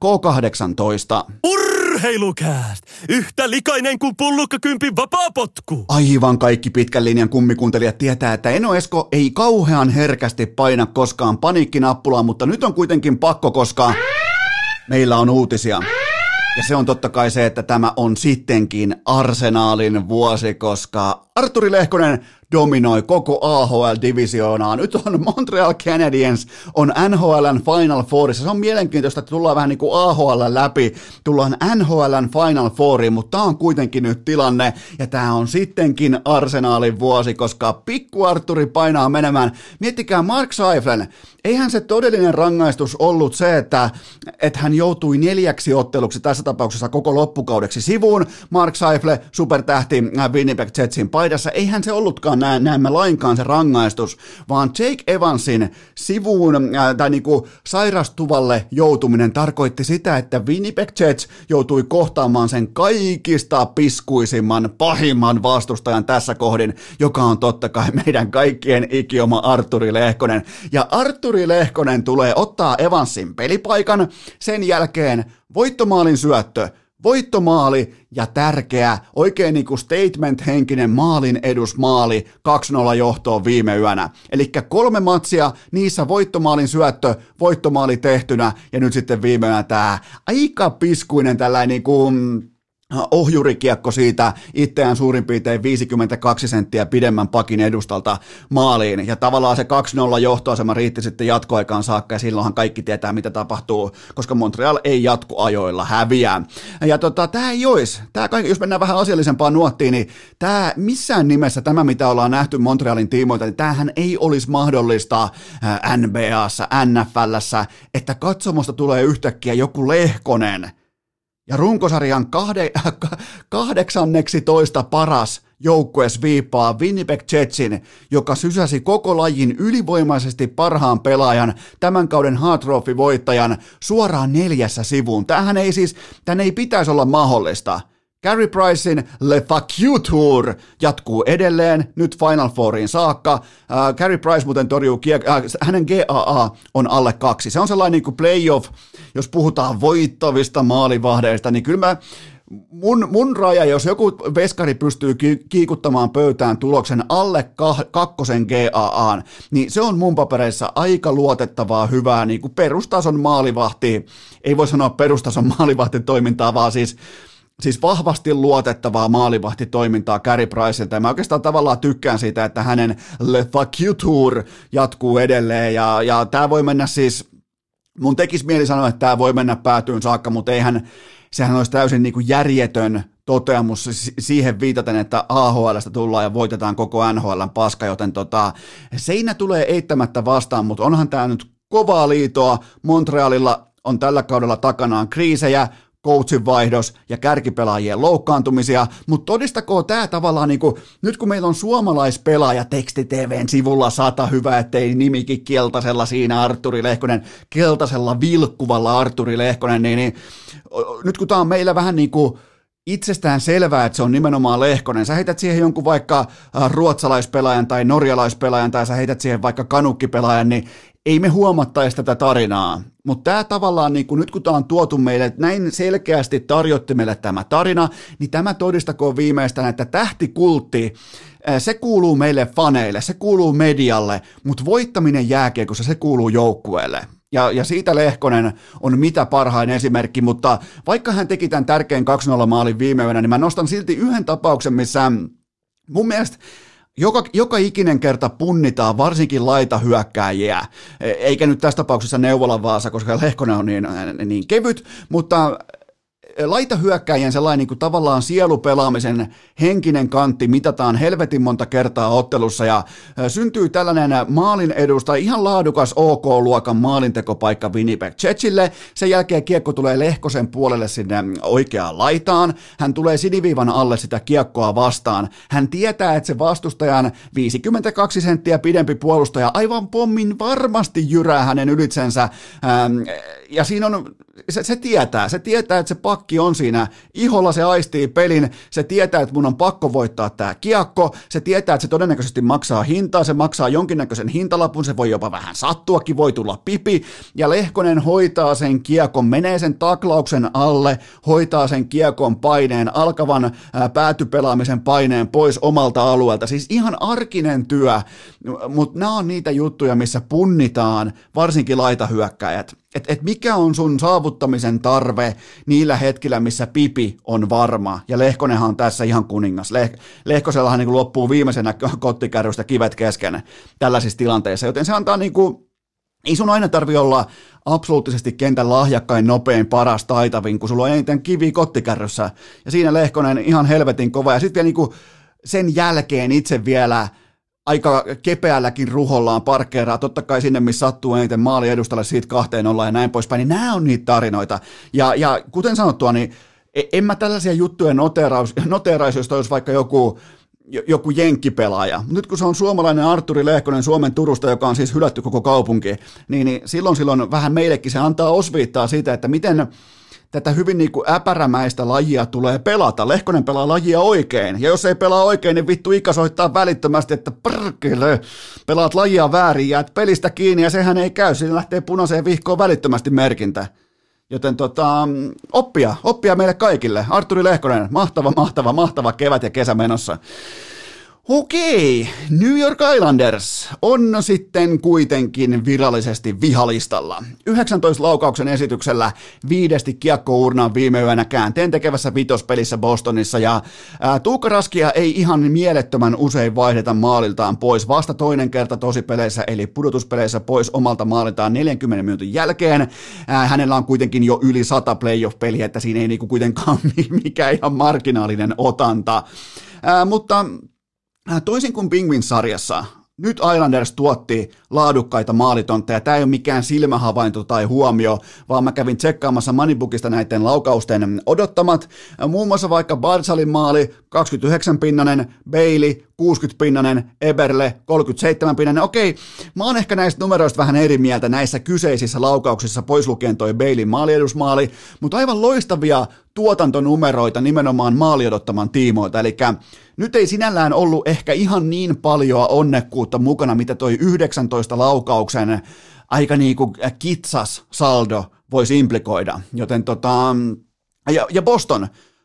K18. Urheilukääst! Yhtä likainen kuin pullukkakympin vapaapotku! Aivan kaikki pitkän linjan kummikuuntelijat tietää, että Eno Esko ei kauhean herkästi paina koskaan paniikkinappulaa, mutta nyt on kuitenkin pakko, koska meillä on uutisia. Ja se on totta kai se, että tämä on sittenkin Arsenalin vuosi, koska Artturi Lehkonen dominoi koko AHL-divisioonaa. Nyt on Montreal Canadiens, on NHL:n Final Fourissa. Se on mielenkiintoista, että tullaan vähän niin kuin AHL läpi, tullaan NHL:n Final Fouriin, mutta tämä on kuitenkin nyt tilanne, ja tämä on sittenkin Arsenalin vuosi, koska pikku Artturi painaa menemään. Miettikää Mark Scheifelen, eihän se todellinen rangaistus ollut se, että hän joutui 4 otteluksi tässä tapauksessa koko loppukaudeksi sivuun. Mark Scheifele, supertähti Winnipeg Jetsin paidassa, eihän se ollutkaan näemme lainkaan se rangaistus, vaan Jake Evansin sivuun tai niinku sairastuvalle joutuminen tarkoitti sitä, että Winnipeg Jets joutui kohtaamaan sen kaikista piskuisimman, pahimman vastustajan tässä kohdin, joka on totta kai meidän kaikkien ikioma Artturi Lehkonen. Ja Artturi Lehkonen tulee ottaa Evansin pelipaikan, sen jälkeen voittomaalin syöttö, voittomaali ja tärkeä, oikein niin kuin statement-henkinen maalin edusmaali 2-0 johtoon viime yönä. Eli 3 matsia, niissä voittomaalin syöttö, voittomaali tehtynä ja nyt sitten viime yönä tämä aika piskuinen tällainen niin kuin ohjurikiekko siitä itseään suurin piirtein 52 senttiä pidemmän pakin edustalta maaliin. Ja tavallaan se 2-0 johtoasema riitti sitten jatkoaikaan saakka, ja silloinhan kaikki tietää, mitä tapahtuu, koska Montreal ei jatkoajoilla häviä. Ja tämä ei olisi, jos mennään vähän asiallisempaan nuottiin, niin tämä missään nimessä tämä, mitä ollaan nähty Montrealin tiimoilta, niin tämähän ei olisi mahdollista NBA:ssa, NFL:ssä, että katsomosta tulee yhtäkkiä joku Lehkonen, ja runkosarjan 18 paras joukkue sviippaa Winnipeg Jetsin, joka sysäsi koko lajin ylivoimaisesti parhaan pelaajan, tämän kauden Hart Trophy-voittajan, suoraan 4 sivuun. Tämän ei pitäisi olla mahdollista. Carey Pricein Le Fuck You Tour jatkuu edelleen, nyt Final Fouriin saakka. Carey Price muuten torjuu hänen GAA on alle 2. Se on sellainen niin kuin playoff, jos puhutaan voittavista maalivahdeista, niin kyllä mä mun raja, jos joku veskari pystyy kiikuttamaan pöytään tuloksen alle 2 GAAn, niin se on mun papereissa aika luotettavaa, hyvää niin kuin perustason maalivahti, ei voi sanoa perustason maalivahtitoimintaa, vaan siis vahvasti luotettavaa maalivahtitoimintaa Carey Priceilta, ja mä oikeastaan tavallaan tykkään siitä, että hänen Le Facutour jatkuu edelleen, ja tää voi mennä siis, mun tekisi mieli sanoa, että tää voi mennä päätyyn saakka, mutta sehän olisi täysin niin kuin järjetön toteamus siihen viitaten, että AHL:stä tullaan ja voitetaan koko NHL:n paska, joten seinä tulee eittämättä vastaan, mutta onhan tää nyt kovaa liitoa. Montrealilla on tällä kaudella takanaan kriisejä, coachin vaihdos ja kärkipelaajien loukkaantumisia, mutta todistakoon tämä tavallaan, niin kuin, nyt kun meillä on suomalaispelaaja teksti-TVn sivulla 100, hyvä ettei nimikin keltaisella siinä Artturi Lehkonen, keltaisella vilkkuvalla Artturi Lehkonen, niin nyt kun tämä on meillä vähän niin kuin itsestään selvää, että se on nimenomaan Lehkonen. Sä heität siihen jonkun vaikka ruotsalaispelaajan tai norjalaispelaajan tai sä heität siihen vaikka kanukkipelaajan, niin ei me huomattaisi tätä tarinaa. Mutta tämä tavallaan, niin kun nyt kun tämä on tuotu meille, näin selkeästi tarjotti meille tämä tarina, niin tämä todistakoon viimeistään, että tähtikultti, se kuuluu meille faneille, se kuuluu medialle, mutta voittaminen jääkiekossa, se kuuluu joukkueelle. Ja siitä Lehkonen on mitä parhain esimerkki, mutta vaikka hän teki tämän tärkeän 2-0 maalin viime yönä, niin mä nostan silti yhden tapauksen, missä mun mielestä joka ikinen kerta punnitaan varsinkin laitahyökkääjiä, eikä nyt tässä tapauksessa Neuvolan Vaasa, koska Lehkonen on niin kevyt, mutta laitahyökkääjien sellainen niin kuin tavallaan sielupelaamisen henkinen kantti mitataan helvetin monta kertaa ottelussa ja syntyy tällainen maalin edusta ihan laadukas OK-luokan maalintekopaikka Winnipeg Jetsille. Sen jälkeen kiekko tulee Lehkosen puolelle sinne oikeaan laitaan. Hän tulee siniviivan alle sitä kiekkoa vastaan. Hän tietää, että se vastustajan 52 senttiä pidempi puolustaja aivan pommin varmasti jyrää hänen ylitsensä. Ja siinä on, se tietää, että se pakki on siinä iholla, se aistii pelin, se tietää, että mun on pakko voittaa tämä kiekko, se tietää, että se todennäköisesti maksaa hintaa, se maksaa jonkinnäköisen hintalapun, se voi jopa vähän sattuakin, voi tulla pipi, ja Lehkonen hoitaa sen kiekon, menee sen taklauksen alle, hoitaa sen kiekon paineen, alkavan päätypelaamisen paineen pois omalta alueelta, siis ihan arkinen työ, mutta nämä on niitä juttuja, missä punnitaan varsinkin laitahyökkäjät. Et mikä on sun saavuttamisen tarve niillä hetkillä, missä pipi on varma, ja Lehkonenhan on tässä ihan kuningas. Lehkosellahan niin loppuu viimeisenä kottikärrystä kivet kesken tällaisissa tilanteissa, joten se antaa niin kuin, ei sun aina tarvi olla absoluuttisesti kentän lahjakkain, nopein, paras, taitavin, kun sulla on eniten kivi kottikärryssä, ja siinä Lehkonen ihan helvetin kova, ja sitten vielä niin kuin sen jälkeen itse vielä aika kepeälläkin ruhollaan parkkeeraa, totta kai sinne, missä sattuu eniten maali edustalle siitä 2-0 ja näin poispäin, niin nämä on niitä tarinoita. Ja kuten sanottua, niin en mä tällaisia juttuja noteraisi, jos olisi vaikka joku jenkkipelaaja. Nyt kun se on suomalainen Artturi Lehkonen Suomen Turusta, joka on siis hylätty koko kaupunki, niin silloin vähän meillekin se antaa osviittaa siitä, että miten tätä hyvin niin kuin äpärämäistä lajia tulee pelata. Lehkonen pelaa lajia oikein, ja jos ei pelaa oikein, niin vittu Ika soittaa välittömästi, että prkele, pelaat lajia väärin, jäät pelistä kiinni, ja sehän ei käy, siinä lähtee punaiseen vihkoon välittömästi merkintä. Joten oppia meille kaikille. Artturi Lehkonen, mahtava kevät ja kesä menossa. Okei, New York Islanders on sitten kuitenkin virallisesti vihalistalla. 19 laukauksen esityksellä 5 kiekkournaan viime yönä käänteen tekevässä vitospelissä Bostonissa, ja Tuukka Raskia ei ihan mielettömän usein vaihdeta maaliltaan pois. Vasta toinen kerta tosipeleissä eli pudotuspeleissä pois omalta maaliltaan 40 minuutin jälkeen. Hänellä on kuitenkin jo yli 100 playoff-peliä, että siinä ei niinku kuitenkaan mikään ihan marginaalinen otanta. Mutta toisin kuin Penguins-sarjassa, nyt Islanders tuotti laadukkaita maalitontteja. Tämä ei ole mikään silmähavainto tai huomio, vaan mä kävin tsekkaamassa Moneybookista näiden laukausten odottamat. Muun muassa vaikka Barzalin maali, 29-pinnanen, Bailey, 60-pinnanen, Eberle, 37-pinnanen. Okei, mä oon ehkä näistä numeroista vähän eri mieltä näissä kyseisissä laukauksissa, pois lukien toi Baileyn maaliedusmaali, mutta aivan loistavia tuotantonumeroita nimenomaan maaliodottaman tiimoilta. Eli nyt ei sinällään ollut ehkä ihan niin paljon onnekkuutta mukana, mitä toi 19 laukauksen aika niinku kitsas saldo voisi implikoida. Joten ja Boston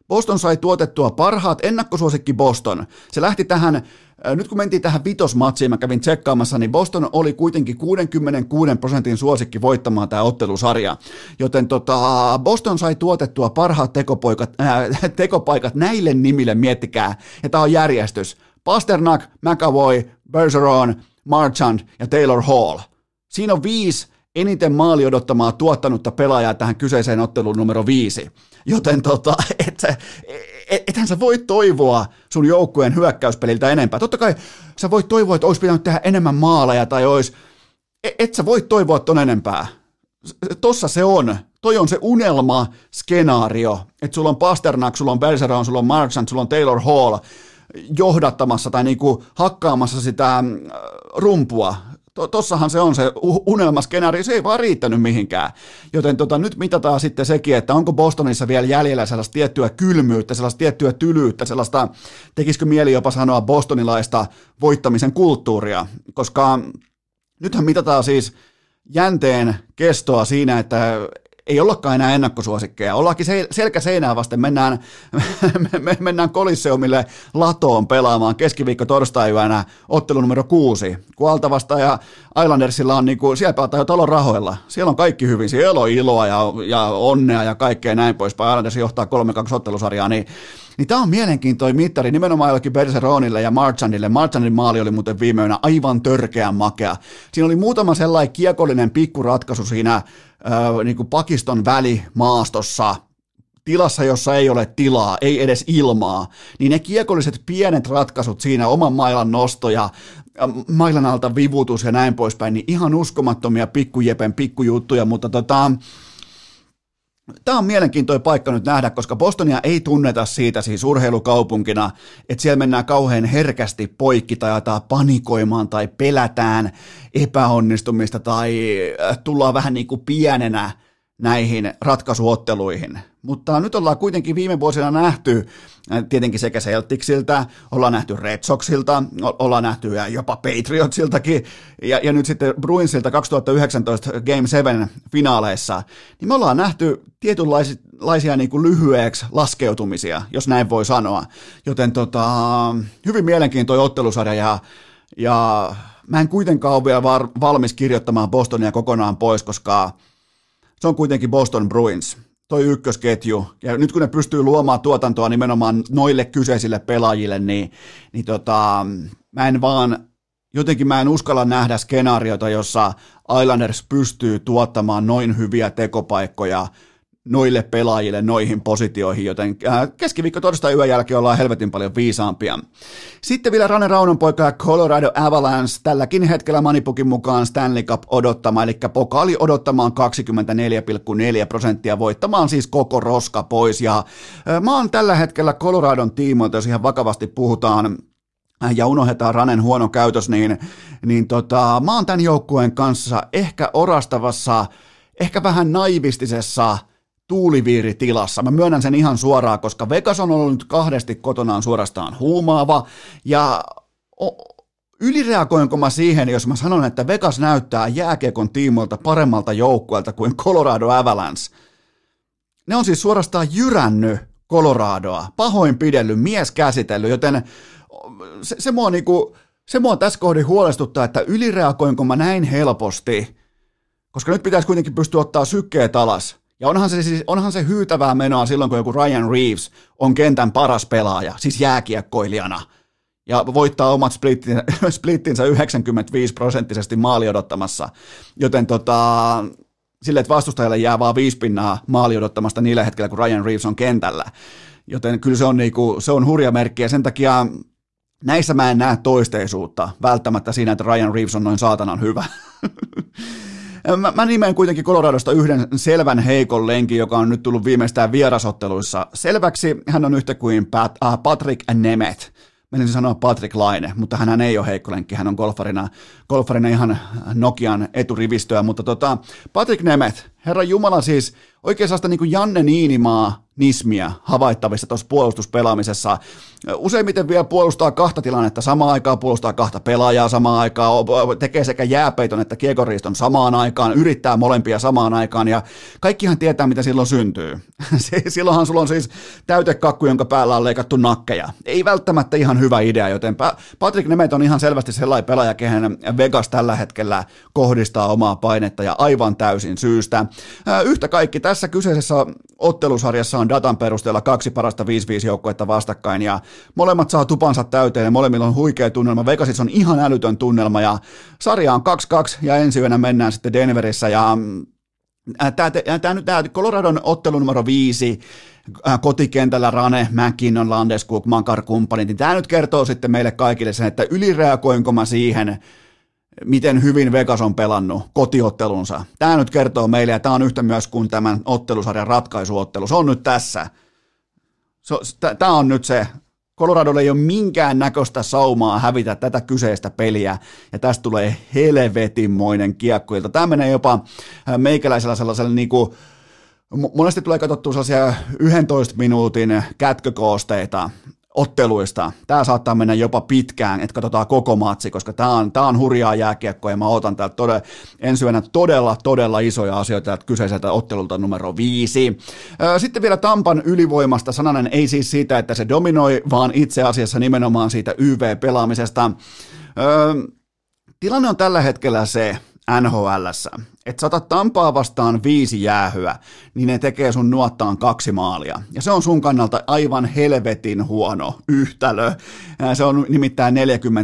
Boston sai tuotettua parhaat ennakkosuosikki Boston. Se lähti tähän, nyt kun mentiin tähän vitosmatsiin, mä kävin tsekkaamassa, niin Boston oli kuitenkin 66% suosikki voittamaan tämä ottelusarja. Joten Boston sai tuotettua parhaat tekopaikat näille nimille, miettikää. Ja tämä on järjestys. Pasternak, McAvoy, Bergeron, Marchand ja Taylor Hall. Siinä on 5 eniten maali odottamaa tuottanutta pelaajaa tähän kyseiseen otteluun numero 5. Joten ethän sä voi toivoa sun joukkueen hyökkäyspeliltä enempää. Totta kai sä voit toivoa, että olisi pitänyt tehdä enemmän maaleja tai olisi... Et sä voi toivoa ton enempää. Tossa se on. Toi on se unelma-skenaario, että sulla on Pasternak, sulla on Bergeron, sulla on Marchand, sulla on Taylor Hall johdattamassa tai niinku hakkaamassa sitä rumpua. Tossahan se on se unelmaskenaario, se ei vaan riittänyt mihinkään. Joten nyt mitataan sitten sekin, että onko Bostonissa vielä jäljellä sellaista tiettyä kylmyyttä, sellaista tiettyä tylyyttä, sellaista, tekisikö mieli jopa sanoa bostonilaista voittamisen kulttuuria, koska nythän mitataan siis jänteen kestoa siinä, että ei ollakaan enää ennakkosuosikkeja. Ollaankin selkä seinää vasten, mennään Coliseumille latoon pelaamaan keskiviikko torstaiyönä ottelu numero 6. Kun altavastaaja Islandersilla on, siellä pelataan jo talon rahoilla. Siellä on kaikki hyvin, siellä on iloa ja onnea ja kaikkea näin poispäin. Islanders johtaa 3-2 ottelusarjaa, niin tämä on mielenkiintoinen mittari nimenomaan jollekin Bergeronille ja Marchandille. Marchandin maali oli muuten viime yönä aivan törkeän makea. Siinä oli muutama sellainen kiekollinen pikkuratkaisu siinä niin kuin pakiston välimaastossa, tilassa, jossa ei ole tilaa, ei edes ilmaa, niin ne kiekolliset pienet ratkaisut siinä, oman mailan nosto ja mailan alta vivutus ja näin poispäin, niin ihan uskomattomia pikkujepen pikkujuttuja, mutta tämä on mielenkiintoinen paikka nyt nähdä, koska Bostonia ei tunneta siitä siis urheilukaupunkina, että siellä mennään kauhean herkästi poikki tai aletaan panikoimaan tai pelätään epäonnistumista tai tullaan vähän niin kuin pienenä näihin ratkaisuotteluihin. Mutta nyt ollaan kuitenkin viime vuosina nähty tietenkin sekä Celticsiltä, ollaan nähty Red Soxilta, ollaan nähty jopa Patriotsiltakin ja nyt sitten Bruinsilta 2019 Game 7 finaaleissa, niin me ollaan nähty tietynlaisia niin kuin lyhyeksi laskeutumisia, jos näin voi sanoa. Joten hyvin mielenkiintoinen ottelusarja ja mä en kuitenkaan ole vielä valmis kirjoittamaan Bostonia kokonaan pois, koska se on kuitenkin Boston Bruins, toi ykkösketju, ja nyt kun ne pystyy luomaan tuotantoa nimenomaan noille kyseisille pelaajille, niin mä en uskalla nähdä skenaariota, jossa Islanders pystyy tuottamaan noin hyviä tekopaikkoja noille pelaajille, noihin positioihin, joten keskiviikko torstai yön jälkeen ollaan helvetin paljon viisaampia. Sitten vielä Rane Raunonpoika ja Colorado Avalanche, tälläkin hetkellä Manipukin mukaan Stanley Cup odottama, eli pokaali odottamaan 24,4%, voittamaan siis koko roska pois, ja mä oon tällä hetkellä Coloradon tiimoilta, jos ihan vakavasti puhutaan, ja unohdetaan Ranen huono käytös, niin mä oon tämän joukkueen kanssa ehkä orastavassa, ehkä vähän naivistisessa tuuliviiritilassa. Mä myönnän sen ihan suoraan, koska Vegas on ollut nyt kahdesti kotonaan suorastaan huumaava, ja ylireagoinko mä siihen, jos mä sanon, että Vegas näyttää jääkiekon tiimoilta paremmalta joukkueelta kuin Colorado Avalanche. Ne on siis suorastaan jyrännyt Coloradoa, pahoinpidellyt, mies käsitellyt, joten se mua tässä kohdin huolestuttaa, että ylireagoinko mä näin helposti, koska nyt pitäisi kuitenkin pystyä ottaa sykkeet alas. Ja onhan se hyytävää menoa silloin, kun joku Ryan Reeves on kentän paras pelaaja, siis jääkiekkoilijana, ja voittaa omat splittinsä 95% maali odottamassa. Joten sille, että vastustajalle jää vaan 5 pinnaa maali odottamasta niillä hetkellä, kun Ryan Reeves on kentällä. Joten kyllä se on hurja merkki, ja sen takia näissä mä en näe toisteisuutta välttämättä siinä, että Ryan Reeves on noin saatanan hyvä. Mä nimeen kuitenkin Coloradosta yhden selvän heikon lenkin, joka on nyt tullut viimeistään vierasotteluissa selväksi. Hän on yhtä kuin Patrick Nemeth. Menisin sanoa Patrick Laine, mutta hän ei ole heikko lenkki. Hän on golfarina ihan Nokian eturivistöä, mutta Patrick Nemeth, Herra Jumala siis oikein sellaista niin kuin Janne Niinimaa-nismiä havaittavissa tuossa puolustuspelaamisessa. Useimmiten vielä puolustaa kahta tilannetta samaan aikaan, puolustaa kahta pelaajaa samaan aikaan, tekee sekä jääpeiton että kiekonriiston samaan aikaan, yrittää molempia samaan aikaan ja kaikkihan tietää, mitä silloin syntyy. Silloinhan sulla on siis täytekakku, jonka päällä on leikattu nakkeja. Ei välttämättä ihan hyvä idea, joten Patrick Nemeth on ihan selvästi sellainen pelaaja, kehen Vegas tällä hetkellä kohdistaa omaa painetta ja aivan täysin syystä. Yhtä kaikki tässä kyseisessä ottelusarjassa on datan perusteella 2 parasta 5-5 joukkuetta vastakkain ja molemmat saa tupansa täyteen ja molemmilla on huikea tunnelma. Vegasissa on ihan älytön tunnelma ja sarja on 2-2 ja ensi yönä mennään sitten Denverissä ja tämä Coloradon ottelu numero 5 kotikentällä Rane, McKinnon, Landeskog, Makar kumppanit, niin tämä nyt kertoo sitten meille kaikille sen, että ylireagoinko mä siihen, miten hyvin Vegas on pelannut kotiottelunsa. Tämä nyt kertoo meille, ja tämä on yhtä myös kuin tämän ottelusarjan ratkaisuottelu. Se on nyt tässä. Tämä on nyt se. Coloradolle ei ole minkään näköistä saumaa hävitä tätä kyseistä peliä, ja tästä tulee helvetinmoinen kiekkoilta. Tämä menee jopa meikäläisellä sellaisella niin kuin monesti tulee katsottua sellaisia 11 minuutin kätkökoosteita otteluista. Tämä saattaa mennä jopa pitkään, että katsotaan koko matsi, koska tämä on hurjaa jääkiekkoa ja mä otan täältä ensi yönä todella isoja asioita täältä kyseiseltä ottelulta numero 5. Sitten vielä Tampan ylivoimasta sananen, ei siis siitä, että se dominoi, vaan itse asiassa nimenomaan siitä YV-pelaamisesta. Tilanne on tällä hetkellä se NHL:ssä, että sä otat Tampaa vastaan 5 jäähyä, niin ne tekee sun nuottaan 2 maalia. Ja se on sun kannalta aivan helvetin huono yhtälö. Se on nimittäin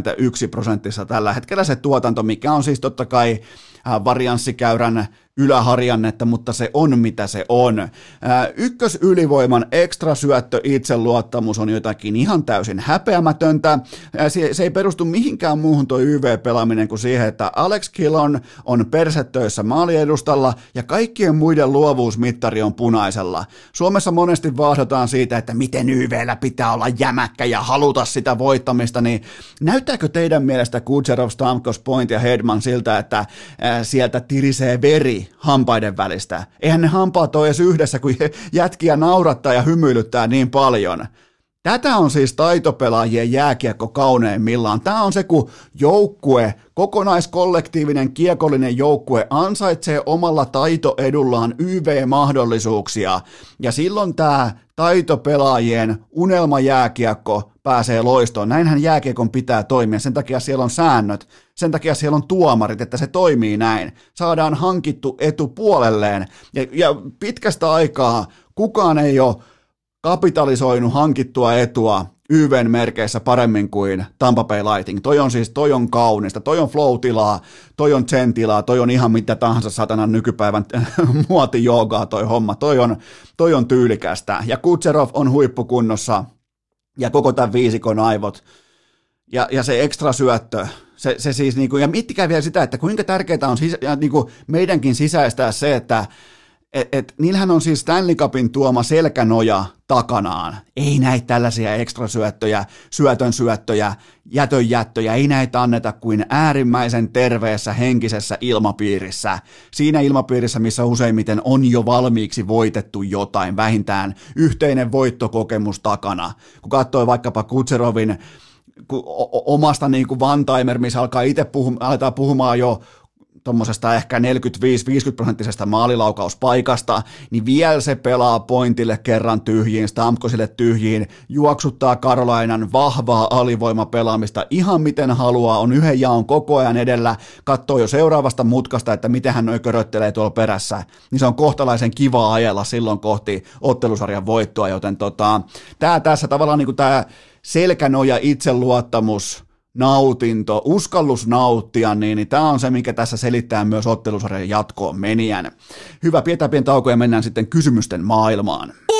41% tällä hetkellä se tuotanto, mikä on siis totta kai varianssikäyrän yläharjannetta, mutta se on mitä se on. Ykkösylivoiman ekstra syöttö itseluottamus on jotakin ihan täysin häpeämätöntä. Se ei perustu mihinkään muuhun tuo YV-pelaaminen kuin siihen, että Alex Killorn on persetöissä maaliedustalla ja kaikkien muiden luovuusmittari on punaisella. Suomessa monesti vaahdotaan siitä, että miten YVllä pitää olla jämäkkä ja haluta sitä voittamista, niin näyttääkö teidän mielestä Kucherov, Stamkos, Point ja Hedman siltä, että sieltä tirisee veri hampaiden välistä? Eihän ne hampaat ole edes yhdessä, kun jätkiä naurattaa ja hymyilyttää niin paljon. Tätä on siis taitopelaajien jääkiekko kauneimmillaan. Tämä on se, kun joukkue, kokonaiskollektiivinen kiekollinen joukkue ansaitsee omalla taitoedullaan YV-mahdollisuuksia. Ja silloin tämä taitopelaajien unelmajääkiekko pääsee loistoon. Näinhän jääkiekon pitää toimia. Sen takia siellä on säännöt. Sen takia siellä on tuomarit, että se toimii näin. Saadaan hankittu etu puolelleen. Ja pitkästä aikaa kukaan ei ole kapitalisoinut hankittua etua YVn merkeissä paremmin kuin Tampa Bay Lightning. Toi on kaunista, toi on flow-tilaa, toi on zen-tilaa, toi on ihan mitä tahansa satanan nykypäivän muotijoogaa toi homma. Toi on tyylikästä. Ja Kucherov on huippukunnossa ja koko tämän viisikon aivot. Ja se ekstra syöttö, se siis niinku, ja miettikää vielä sitä, että kuinka tärkeää on niinku meidänkin sisäistää se, että niillähän on siis Stanley Cupin tuoma selkänoja takanaan. Ei näitä tällaisia ekstrasyöttöjä, syöttöjä, jättöjä, ei näitä anneta kuin äärimmäisen terveessä henkisessä ilmapiirissä. Siinä ilmapiirissä, missä useimmiten on jo valmiiksi voitettu jotain, vähintään yhteinen voittokokemus takana. Kun katsoi vaikkapa Kucherovin omasta niin kuin one-timer, missä aletaan puhumaan jo tuommoisesta ehkä 45-50% maalilaukauspaikasta, niin vielä se pelaa Pointille kerran tyhjiin, Stamkosille tyhjiin, juoksuttaa Carolinan vahvaa alivoimapelaamista ihan miten haluaa, on yhden jaon koko ajan edellä, katsoo jo seuraavasta mutkasta, että miten hän köröttelee tuolla perässä, niin se on kohtalaisen kiva ajella silloin kohti ottelusarjan voittoa, joten tämä tässä tavallaan niin kuin tämä selkänoja, itseluottamus, nautinto, uskallus nauttia, niin tämä on se, mikä tässä selittää myös ottelusarjan jatkoon menijän. Hyvä, pidetään pieni tauko ja mennään sitten kysymysten maailmaan.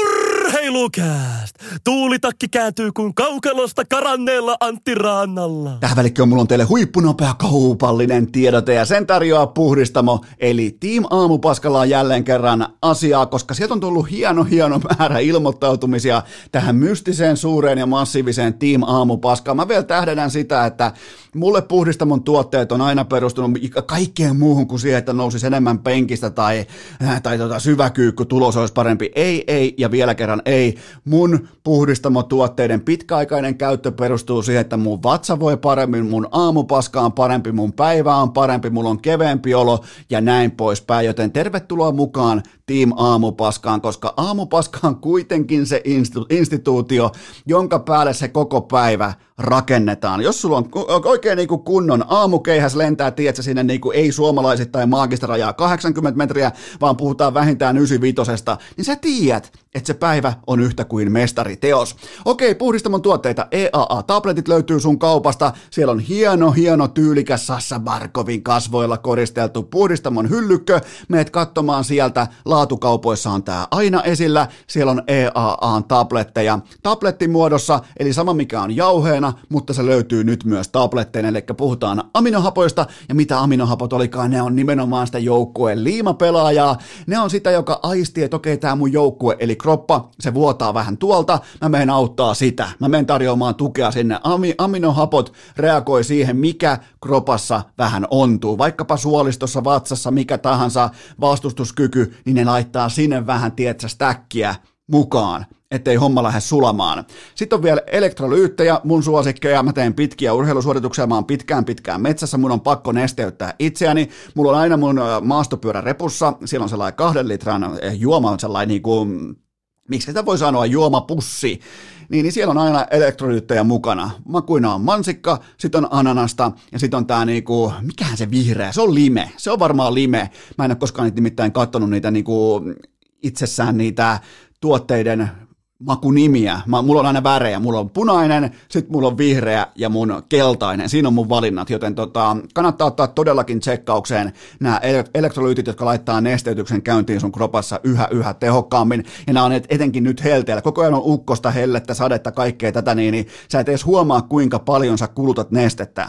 Urheilukääst! Tuulitakki kääntyy kuin kaukalosta karanneella Antti Raannalla. Tähän välikköön mulla on teille huippunopea kaupallinen tiedote ja sen tarjoaa Puhdistamo, eli Team Aamupaskalla on jälleen kerran asiaa, koska sieltä on tullut hieno määrä ilmoittautumisia tähän mystiseen, suureen ja massiiviseen Team Aamupaskaan. Mä vielä tähdennän sitä, että mulle Puhdistamon tuotteet on aina perustunut kaikkeen muuhun kuin siihen, että nousisi enemmän penkistä tai syväkyykky tulos olisi parempi. Ei ja vielä kerran ei. Mun Puhdistamo-tuotteiden pitkäaikainen käyttö perustuu siihen, että mun vatsa voi paremmin, mun aamupaska on parempi, mun päivä on parempi, mulla on keveempi olo ja näin poispäin. Joten tervetuloa mukaan Team Aamupaskaan, koska aamupaska on kuitenkin se instituutio, jonka päälle se koko päivä rakennetaan. Jos sulla on oikein niin kuin kunnon aamukeihäs lentää, tiedätkö, sinne niin kuin ei suomalaisittain maagista rajaa 80 metriä, vaan puhutaan vähintään 95, niin sä tiedät, että se päivä on yhtä kuin mestariteos. Okei, Puhdistamon tuotteita EAA-tabletit löytyy sun kaupasta. Siellä on hieno tyylikäs Sassa Barkovin kasvoilla koristeltu Puhdistamon hyllykkö. Meet katsomaan sieltä. Laatukaupoissa on tää aina esillä. Siellä on EAA-tabletteja tablettimuodossa, eli sama mikä on jauheena, mutta se löytyy nyt myös tabletteina, eli puhutaan aminohapoista, ja mitä aminohapot olikaan, ne on nimenomaan sitä joukkueen liimapelaajaa. Ne on sitä, joka aistii, että okei, tää mun joukkue, eli kroppa, se vuotaa vähän tuolta, mä menen auttaa sitä, mä menen tarjoamaan tukea sinne. Aminohapot reagoi siihen, mikä kropassa vähän ontuu, vaikkapa suolistossa, vatsassa, mikä tahansa vastustuskyky, niin ne laittaa sinne vähän, tietsä, stäkkiä mukaan, ettei homma lähde sulamaan. Sitten on vielä elektrolyyttejä, mun suosikkeja, mä teen pitkiä urheilusuorituksia, mä oon pitkään metsässä, mun on pakko nesteyttää itseäni, mulla on aina mun maastopyörä repussa, siellä on sellainen 2 litran juoma, sellainen niinku, miksi sitä voi sanoa, juomapussi, niin siellä on aina elektrolyyttejä mukana. Makuina on mansikka, sitten on ananasta ja sitten on tää niinku, mikähän se vihreä, se on lime, se on varmaan lime. Mä en ole koskaan nimittäin katsonut niitä niinku itsessään niitä tuotteiden makunimiä. Mulla on aina värejä. Mulla on punainen, sitten mulla on vihreä ja mun keltainen. Siinä on mun valinnat, joten kannattaa ottaa todellakin tsekkaukseen nämä elektrolyytit, jotka laittaa nesteytyksen käyntiin sun kropassa yhä tehokkaammin. Ja nämä on etenkin nyt helteellä. Koko ajan on ukkosta, hellettä, sadetta, kaikkea tätä, niin sä et edes huomaa, kuinka paljon sä kulutat nestettä.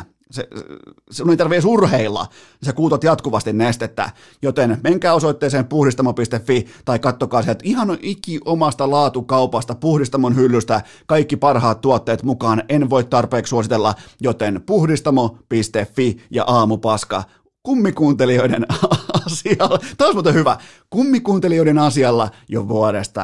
Sun ei tarvitse urheilla, sä kulutat jatkuvasti nestettä, joten menkää osoitteeseen puhdistamo.fi tai kattokaa sieltä ihan omasta laatukaupasta, Puhdistamon hyllystä, kaikki parhaat tuotteet mukaan, en voi tarpeeksi suositella, joten puhdistamo.fi ja aamupaska. Kummikuuntelijoiden asialla, tämä olisi muuten hyvä, kummikuuntelijoiden asialla jo vuodesta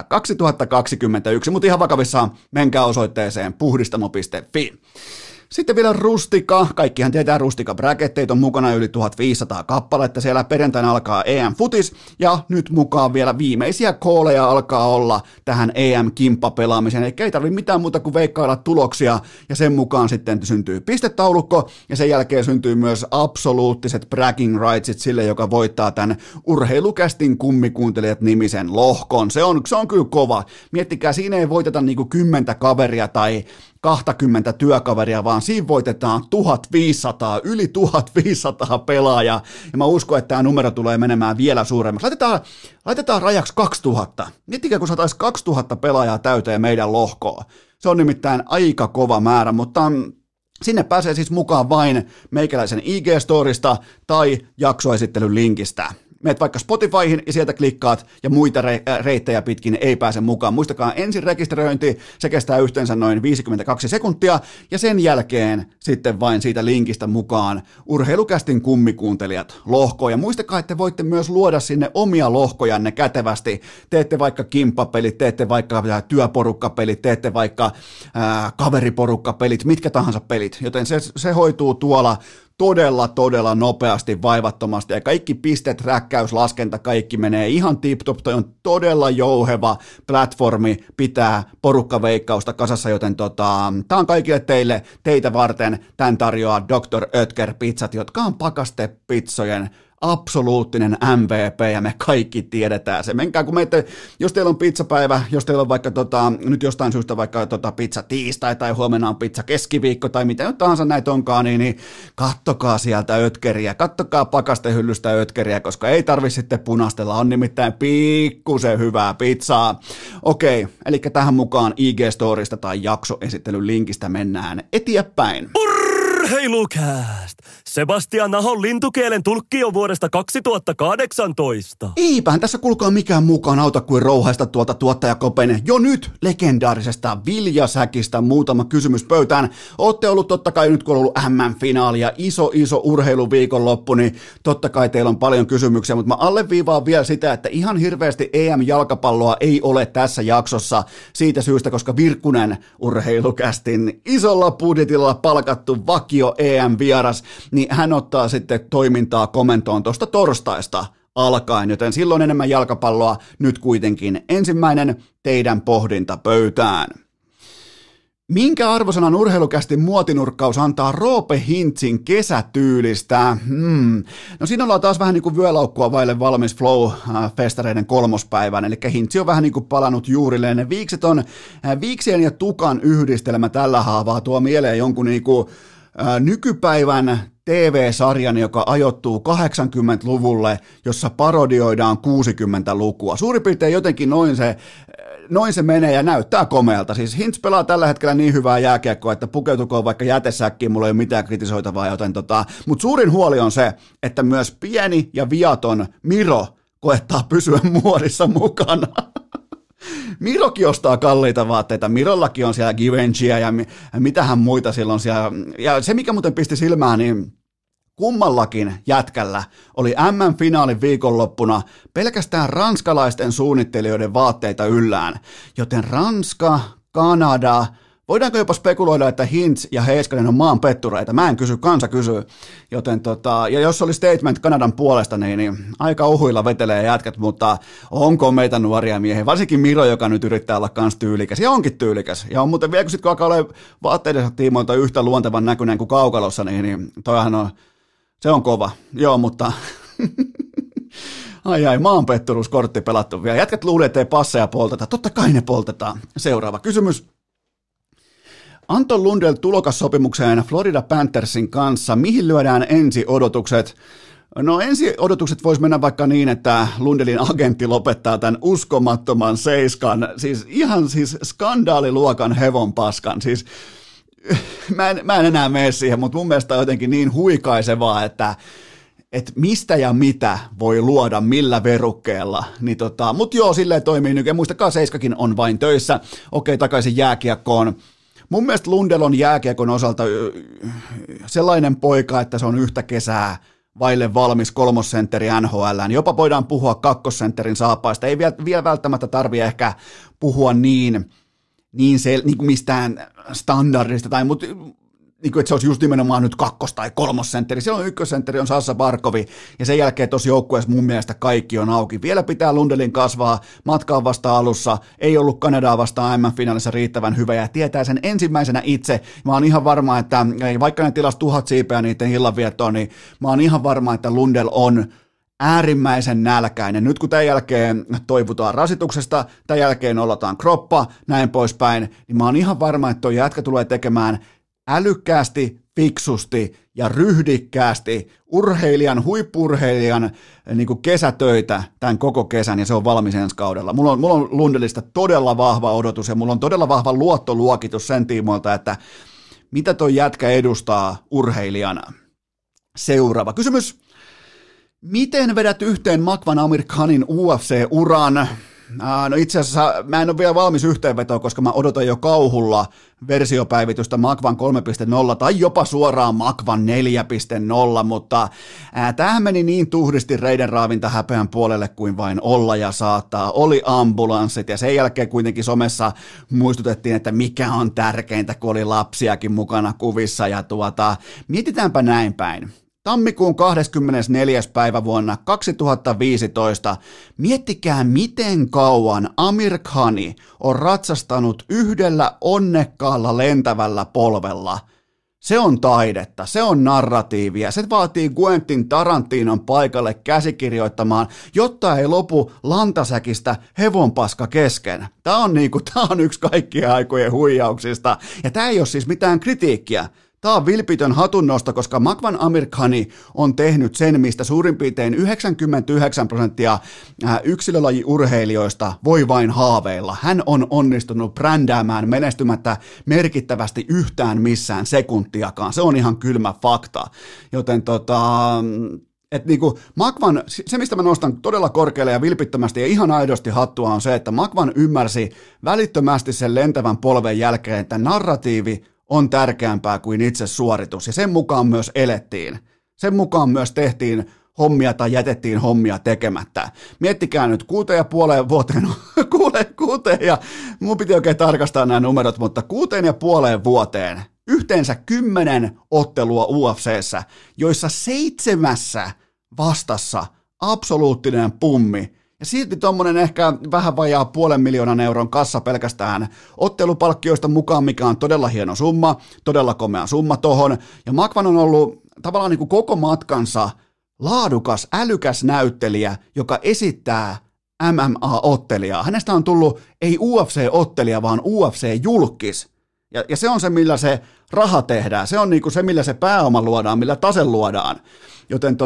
2021, mutta ihan vakavissaan menkää osoitteeseen puhdistamo.fi. Sitten vielä Rustika. Kaikkihan tietää Rustika-bräketteitä on mukana yli 1500 kappaletta. Siellä perjantaina alkaa EM-futis ja nyt mukaan vielä viimeisiä kooleja alkaa olla tähän EM-kimppapelaamiseen. Eli ei tarvitse mitään muuta kuin veikkailla tuloksia ja sen mukaan sitten syntyy pistetaulukko ja sen jälkeen syntyy myös absoluuttiset bragging rightsit sille, joka voittaa tämän Urheilukästin kummikuuntelijat nimisen lohkon. Se on kyllä kova. Miettikää, siinä ei voiteta niinku 10 kaveria tai 20 työkaveria, vaan siinä voitetaan 1500, yli 1500 pelaajaa, ja mä uskon, että tämä numero tulee menemään vielä suuremmaksi. Laitetaan rajaksi 2000. Miettikää, kun saataisiin 2000 pelaajaa täyteen meidän lohkoon. Se on nimittäin aika kova määrä, mutta sinne pääsee siis mukaan vain meikäläisen IG-storista tai jaksoesittelyn linkistä. Meet vaikka Spotifyhin ja sieltä klikkaat ja muita reittejä pitkin ei pääse mukaan. Muistakaa ensin rekisteröinti, se kestää yhteensä noin 52 sekuntia ja sen jälkeen sitten vain siitä linkistä mukaan Urheilukästin kummikuuntelijat lohkoon. Ja muistakaa, että voitte myös luoda sinne omia lohkojanne kätevästi. Teette vaikka kimppapelit, teette vaikka työporukkapelit, teette vaikka kaveriporukkapelit, mitkä tahansa pelit. Joten se hoituu tuolla todella nopeasti, vaivattomasti ja kaikki pistet, räkkäys, laskenta, kaikki menee ihan tip-top. Toi on todella jouheva platformi pitää porukkaveikkausta kasassa, joten tää on kaikille teitä varten. Tän tarjoaa Dr. Oetker pizzat, jotka on pakastepizzojen absoluuttinen MVP ja me kaikki tiedetään se. Menkää, kun jos teillä on pizzapäivä, jos teillä on vaikka nyt jostain syystä vaikka pizza tiistai tai huomenna on pizza keskiviikko tai mitä nyt tahansa näitä onkaan, niin kattokaa sieltä ötkeriä, kattokaa pakastehyllystä ötkeriä, koska ei tarvi sitten punastella, on nimittäin pikkusen hyvää pizzaa. Okei, eli tähän mukaan IG-storista tai jaksoesittelyn linkistä mennään eteenpäin. Urheilukääst! Sebastian Ahon lintukielen tulkki on vuodesta 2018. Eipähän tässä kuulkaa mikään mukaan auta kuin rouhaista tuolta tuottajakopen jo nyt legendaarisesta Viljasäkistä muutama kysymys pöytään. Ootte ollut totta kai nyt kun on ollut MM-finaali ja iso urheiluviikonloppu, niin totta kai teillä on paljon kysymyksiä, mutta mä alleviivaan vielä sitä, että ihan hirveästi EM-jalkapalloa ei ole tässä jaksossa siitä syystä, koska Virkkunen urheilukästin isolla budjetilla palkattu vakio EM-vieras, niin hän ottaa sitten toimintaa komentoon tuosta torstaista alkaen, joten silloin enemmän jalkapalloa, nyt kuitenkin ensimmäinen teidän pohdinta pöytään. Minkä arvosanan urheilukästin muotinurkkaus antaa Roope Hintzin kesätyylistä? No siinä ollaan taas vähän niin kuin vyölaukkua vaille valmis Flow-festareiden kolmospäivän, eli Hintzi on vähän niin kuin palannut juurilleen. Ne viikset on viiksien ja tukan yhdistelmä tällä haavaa, tuo mieleen jonkun niin kuin nykypäivän TV-sarjan, joka ajoittuu 80-luvulle, jossa parodioidaan 60-lukua. Suurin piirtein jotenkin noin se menee ja näyttää komealta. Siis Hintz pelaa tällä hetkellä niin hyvää jääkiekkoa, että pukeutukoon vaikka jätesäkkiin, mulla ei ole mitään kritisoitavaa, joten mutta suurin huoli on se, että myös pieni ja viaton Miro koettaa pysyä muodissa mukana. Mirokin ostaa kalliita vaatteita, Mirollakin on siellä Givenchyä ja mitähän muita silloin siellä. Ja se, mikä muuten pisti silmään, niin kummallakin jätkällä oli MM-finaalin viikonloppuna pelkästään ranskalaisten suunnittelijoiden vaatteita yllään. Joten Ranska, Kanada, voidaanko jopa spekuloida, että Hintz ja Heiskanen on maanpettureita? Mä en kysy, kansa kysyy. Joten ja jos oli statement Kanadan puolesta, niin aika uhuilla vetelee jätkät, mutta onko meitä nuoria miehiä? Varsinkin Miro, joka nyt yrittää olla kans tyylikäs. Ja onkin tyylikäs. Ja on muuten vielä, kun sitten alkaa olla vaatteidensa tiimoilta yhtä luontevan näköinen kuin kaukalossa, niin toihan on, se on kova. Joo, mutta ai, maanpetturuuskortti pelattu vielä. Jätkät luulee, ettei passeja polteta. Totta kai ne poltetaan. Seuraava kysymys. Anton Lundell tulokassopimukseen Florida Panthersin kanssa. Mihin lyödään ensi-odotukset? No ensi-odotukset vois mennä vaikka niin, että Lundellin agentti lopettaa tämän uskomattoman seiskan, siis skandaaliluokan hevon paskan. Siis mä en enää mene siihen, mutta mun mielestä on jotenkin niin huikaisevaa, että mistä ja mitä voi luoda, millä verukkeella. Niin mutta joo, silleen toimii nyt. Ja muistakaa, Seiskakin on vain töissä. Okei, takaisin jääkiekkoon. Mun mielestä Lundell on jääkiekon osalta sellainen poika, että se on yhtä kesää vaille valmis kolmosentteri NHL:ään. Jopa voidaan puhua kakkosentterin saapaista. Ei vielä välttämättä tarvitse ehkä puhua niin kuin mistään standardista, mutta niin kuin, että se olisi just nimenomaan nyt kakkos- tai kolmosentteri. Siellä on ykkössentteri, on Sassa Barkovi, ja sen jälkeen tuossa joukkueessa mun mielestä kaikki on auki. Vielä pitää Lundellin kasvaa, matka on vasta alussa, ei ollut Kanadaa vastaan MM-finaalissa riittävän hyvä, ja tietää sen ensimmäisenä itse. Mä oon ihan varma, että vaikka ne tilas 1000 siipeä niiden illanviettoon, niin mä oon ihan varma, että Lundell on äärimmäisen nälkäinen. Nyt kun tämän jälkeen toivutaan rasituksesta, tämän jälkeen nollataan kroppa, näin poispäin, niin mä oon ihan varma, että tuo jätkä tulee tekemään älykkäästi, fiksusti ja ryhdikkäästi huippu-urheilijan niin kuin kesätöitä tämän koko kesän, ja se on valmis ensi kaudella. Mulla on Lundellista todella vahva odotus, ja mulla on todella vahva luottoluokitus sen tiimoilta, että mitä toi jätkä edustaa urheilijana. Seuraava kysymys. Miten vedät yhteen Makvan Amir Khanin UFC-uran? No itse asiassa mä en ole vielä valmis yhteenvetoa, koska mä odotan jo kauhulla versiopäivitystä Makvan 3.0 tai jopa suoraan Makvan 4.0, mutta tämähän meni niin tuhdisti reiden raavinta häpeän puolelle kuin vain olla ja saattaa. Oli ambulanssit ja sen jälkeen kuitenkin somessa muistutettiin, että mikä on tärkeintä, kun oli lapsiakin mukana kuvissa ja mietitäänpä näin päin. Tammikuun 24. päivä vuonna 2015. Miettikää, miten kauan Amir Khani on ratsastanut yhdellä onnekkaalla lentävällä polvella. Se on taidetta, se on narratiivia, se vaatii Quentin Tarantinon paikalle käsikirjoittamaan, jotta ei lopu lantasäkistä hevonpaska kesken. Tämä on yksi kaikkien aikojen huijauksista, ja tämä ei ole siis mitään kritiikkiä. Tämä on vilpitön hatunnosto, koska Makwan Amirkhani on tehnyt sen, mistä suurin piirtein 99% yksilölajiurheilijoista voi vain haaveilla. Hän on onnistunut brändäämään menestymättä merkittävästi yhtään missään sekuntiakaan. Se on ihan kylmä fakta. Joten Makwan, se mistä mä nostan todella korkealle ja vilpittömästi ja ihan aidosti hattua on se, että Makwan ymmärsi välittömästi sen lentävän polven jälkeen, että narratiivi on tärkeämpää kuin itse suoritus, ja sen mukaan myös elettiin. Sen mukaan myös tehtiin hommia tai jätettiin hommia tekemättä. Miettikää nyt 6,5 vuoteen, ja mun piti oikein tarkastaa nämä numerot, mutta 6,5 vuoteen yhteensä 10 ottelua UFC:ssä, joissa 7 vastassa absoluuttinen pummi. Ja silti tuommoinen ehkä vähän vajaa 500,000 euron kassa pelkästään ottelupalkkioista mukaan, mikä on todella hieno summa, todella komea summa tohon. Ja Makwan on ollut tavallaan niin kuin koko matkansa laadukas, älykäs näyttelijä, joka esittää MMA-ottelijaa. Hänestä on tullut ei UFC-ottelija, vaan UFC-julkis. Ja se on se, millä se raha tehdään. Se on niin kuin se, millä se pääoma luodaan, millä tase luodaan. Joten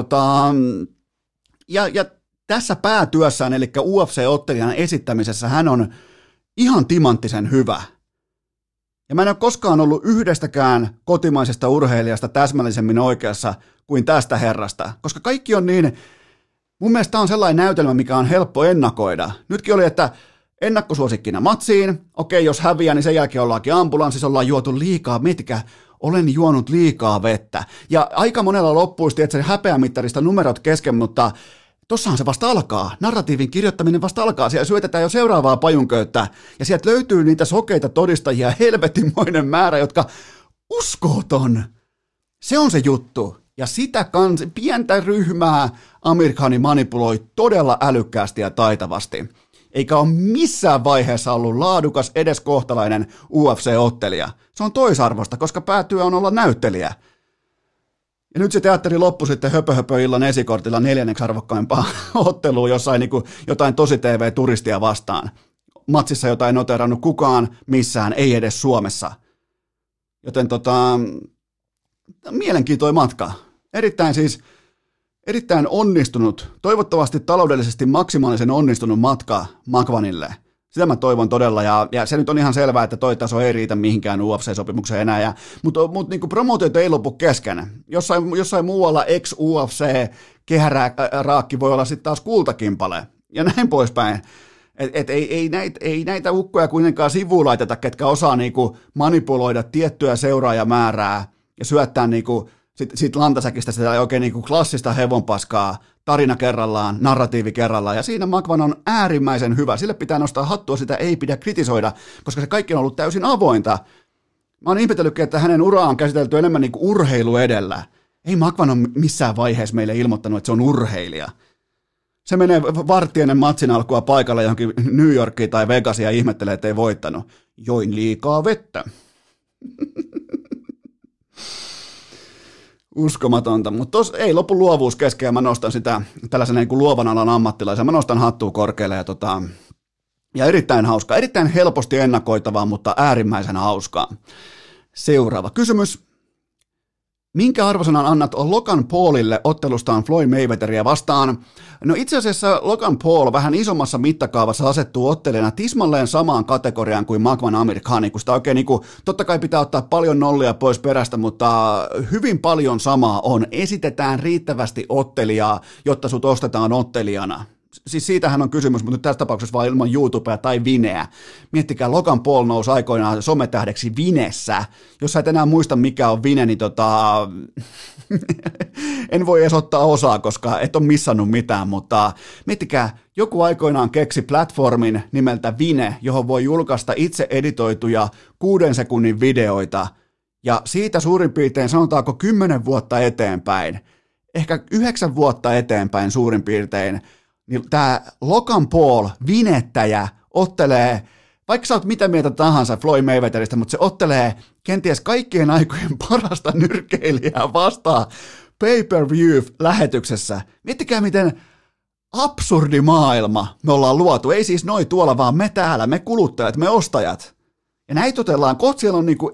ja tässä päätyössään, eli UFC-ottelijan esittämisessä, hän on ihan timanttisen hyvä. Ja mä en ole koskaan ollut yhdestäkään kotimaisesta urheilijasta täsmällisemmin oikeassa kuin tästä herrasta, koska kaikki on niin, mun mielestä on sellainen näytelmä, mikä on helppo ennakoida. Nytkin oli, että ennakkosuosikkina matsiin, okei, jos häviää, niin sen jälkeen ollaankin ambulanssissa, ollaan juotu liikaa, miettikää, olen juonut liikaa vettä. Ja aika monella loppuisti, että se häpeämittarista numerot kesken, mutta tossahan se vasta alkaa. Narratiivin kirjoittaminen vasta alkaa. Siellä syötetään jo seuraavaa pajunköyttä. Ja sieltä löytyy niitä sokeita todistajia helvetimoinen määrä, jotka uskoton. Se on se juttu. Ja sitä pientä ryhmää Amirkhani manipuloi todella älykkäästi ja taitavasti. Eikä ole missään vaiheessa ollut laadukas edes kohtalainen UFC-ottelija. Se on toisarvosta, koska päätyö on olla näyttelijä. Ja nyt se teatteri loppui sitten höpö-höpö-illan esikortilla 4. arvokkaimpaa otteluun jossain jotain tosi TV-turistia vastaan. Matsissa jota ei noterannut kukaan missään, ei edes Suomessa. Joten mielenkiintoinen matka. Erittäin onnistunut, toivottavasti taloudellisesti maksimaalisen onnistunut matka Makwanille. Sitä mä toivon todella, ja se nyt on ihan selvää, että toi taso ei riitä mihinkään UFC-sopimukseen enää, mutta niin promootiot ei lopu kesken. Jossain muualla ex-UFC-kehäraakki voi olla sitten taas kultakimpale, ja näin poispäin. Ei näitä ukkoja kuitenkaan sivuun laiteta, ketkä osaa niinku manipuloida tiettyä seuraajamäärää ja syöttää niinku sit lantasäkistä sitä oikein niinku klassista hevonpaskaa, tarina kerrallaan, narratiivi kerrallaan, ja siinä Makwan on äärimmäisen hyvä. Sille pitää nostaa hattua, sitä ei pidä kritisoida, koska se kaikki on ollut täysin avointa. Mä oon ihmetellytkin, että hänen uraa on käsitelty enemmän niinku urheilu edellä. Ei Makwan ole missään vaiheessa meille ilmoittanut, että se on urheilija. Se menee vartti ennen matsin alkua paikalle johonkin New Yorkiin tai Vegasiin ja ihmettelee, että ei voittanut. Join liikaa vettä. Uskomatonta, mutta ei lopu luovuus kesken ja mä nostan sitä tällaisen niin kuin luovan alan ammattilaisen. Mä nostan hattua korkealle ja erittäin hauskaa, erittäin helposti ennakoitavaa, mutta äärimmäisen hauskaa. Seuraava kysymys. Minkä arvosanan annat Logan Paulille ottelustaan Floyd Mayweatheria vastaan? No itse asiassa Logan Paul vähän isommassa mittakaavassa asettuu ottelijana tismalleen samaan kategoriaan kuin Makwan Amirkhani, kun sitä oikein totta kai pitää ottaa paljon nollia pois perästä, mutta hyvin paljon samaa on. Esitetään riittävästi ottelijaa, jotta sut ostetaan ottelijana. Siis siitähän on kysymys, mutta nyt tässä tapauksessa vaan ilman YouTubea tai Vineä. Miettikää, Logan Paul nousi aikoinaan sometähdeksi Vinessä. Jos sä et enää muista, mikä on Vine, niin en voi edes ottaa osaa, koska et ole missannut mitään, mutta miettikää, joku aikoinaan keksi platformin nimeltä Vine, johon voi julkaista itse editoituja 6 sekunnin videoita, ja siitä suurin piirtein sanotaanko 10 vuotta eteenpäin, ehkä 9 vuotta eteenpäin suurin piirtein, niin tämä Logan Paul, vinettäjä, ottelee vaikka sä oot mitä mieltä tahansa Floyd Mayweatherista, mutta se ottelee kenties kaikkien aikojen parasta nyrkkeilijää vastaan pay-per-view-lähetyksessä. Miettikää, miten absurdi maailma me ollaan luotu. Ei siis noi tuolla, vaan me täällä, me kuluttajat, me ostajat. Ja näitä otellaan, kohta siellä on niinku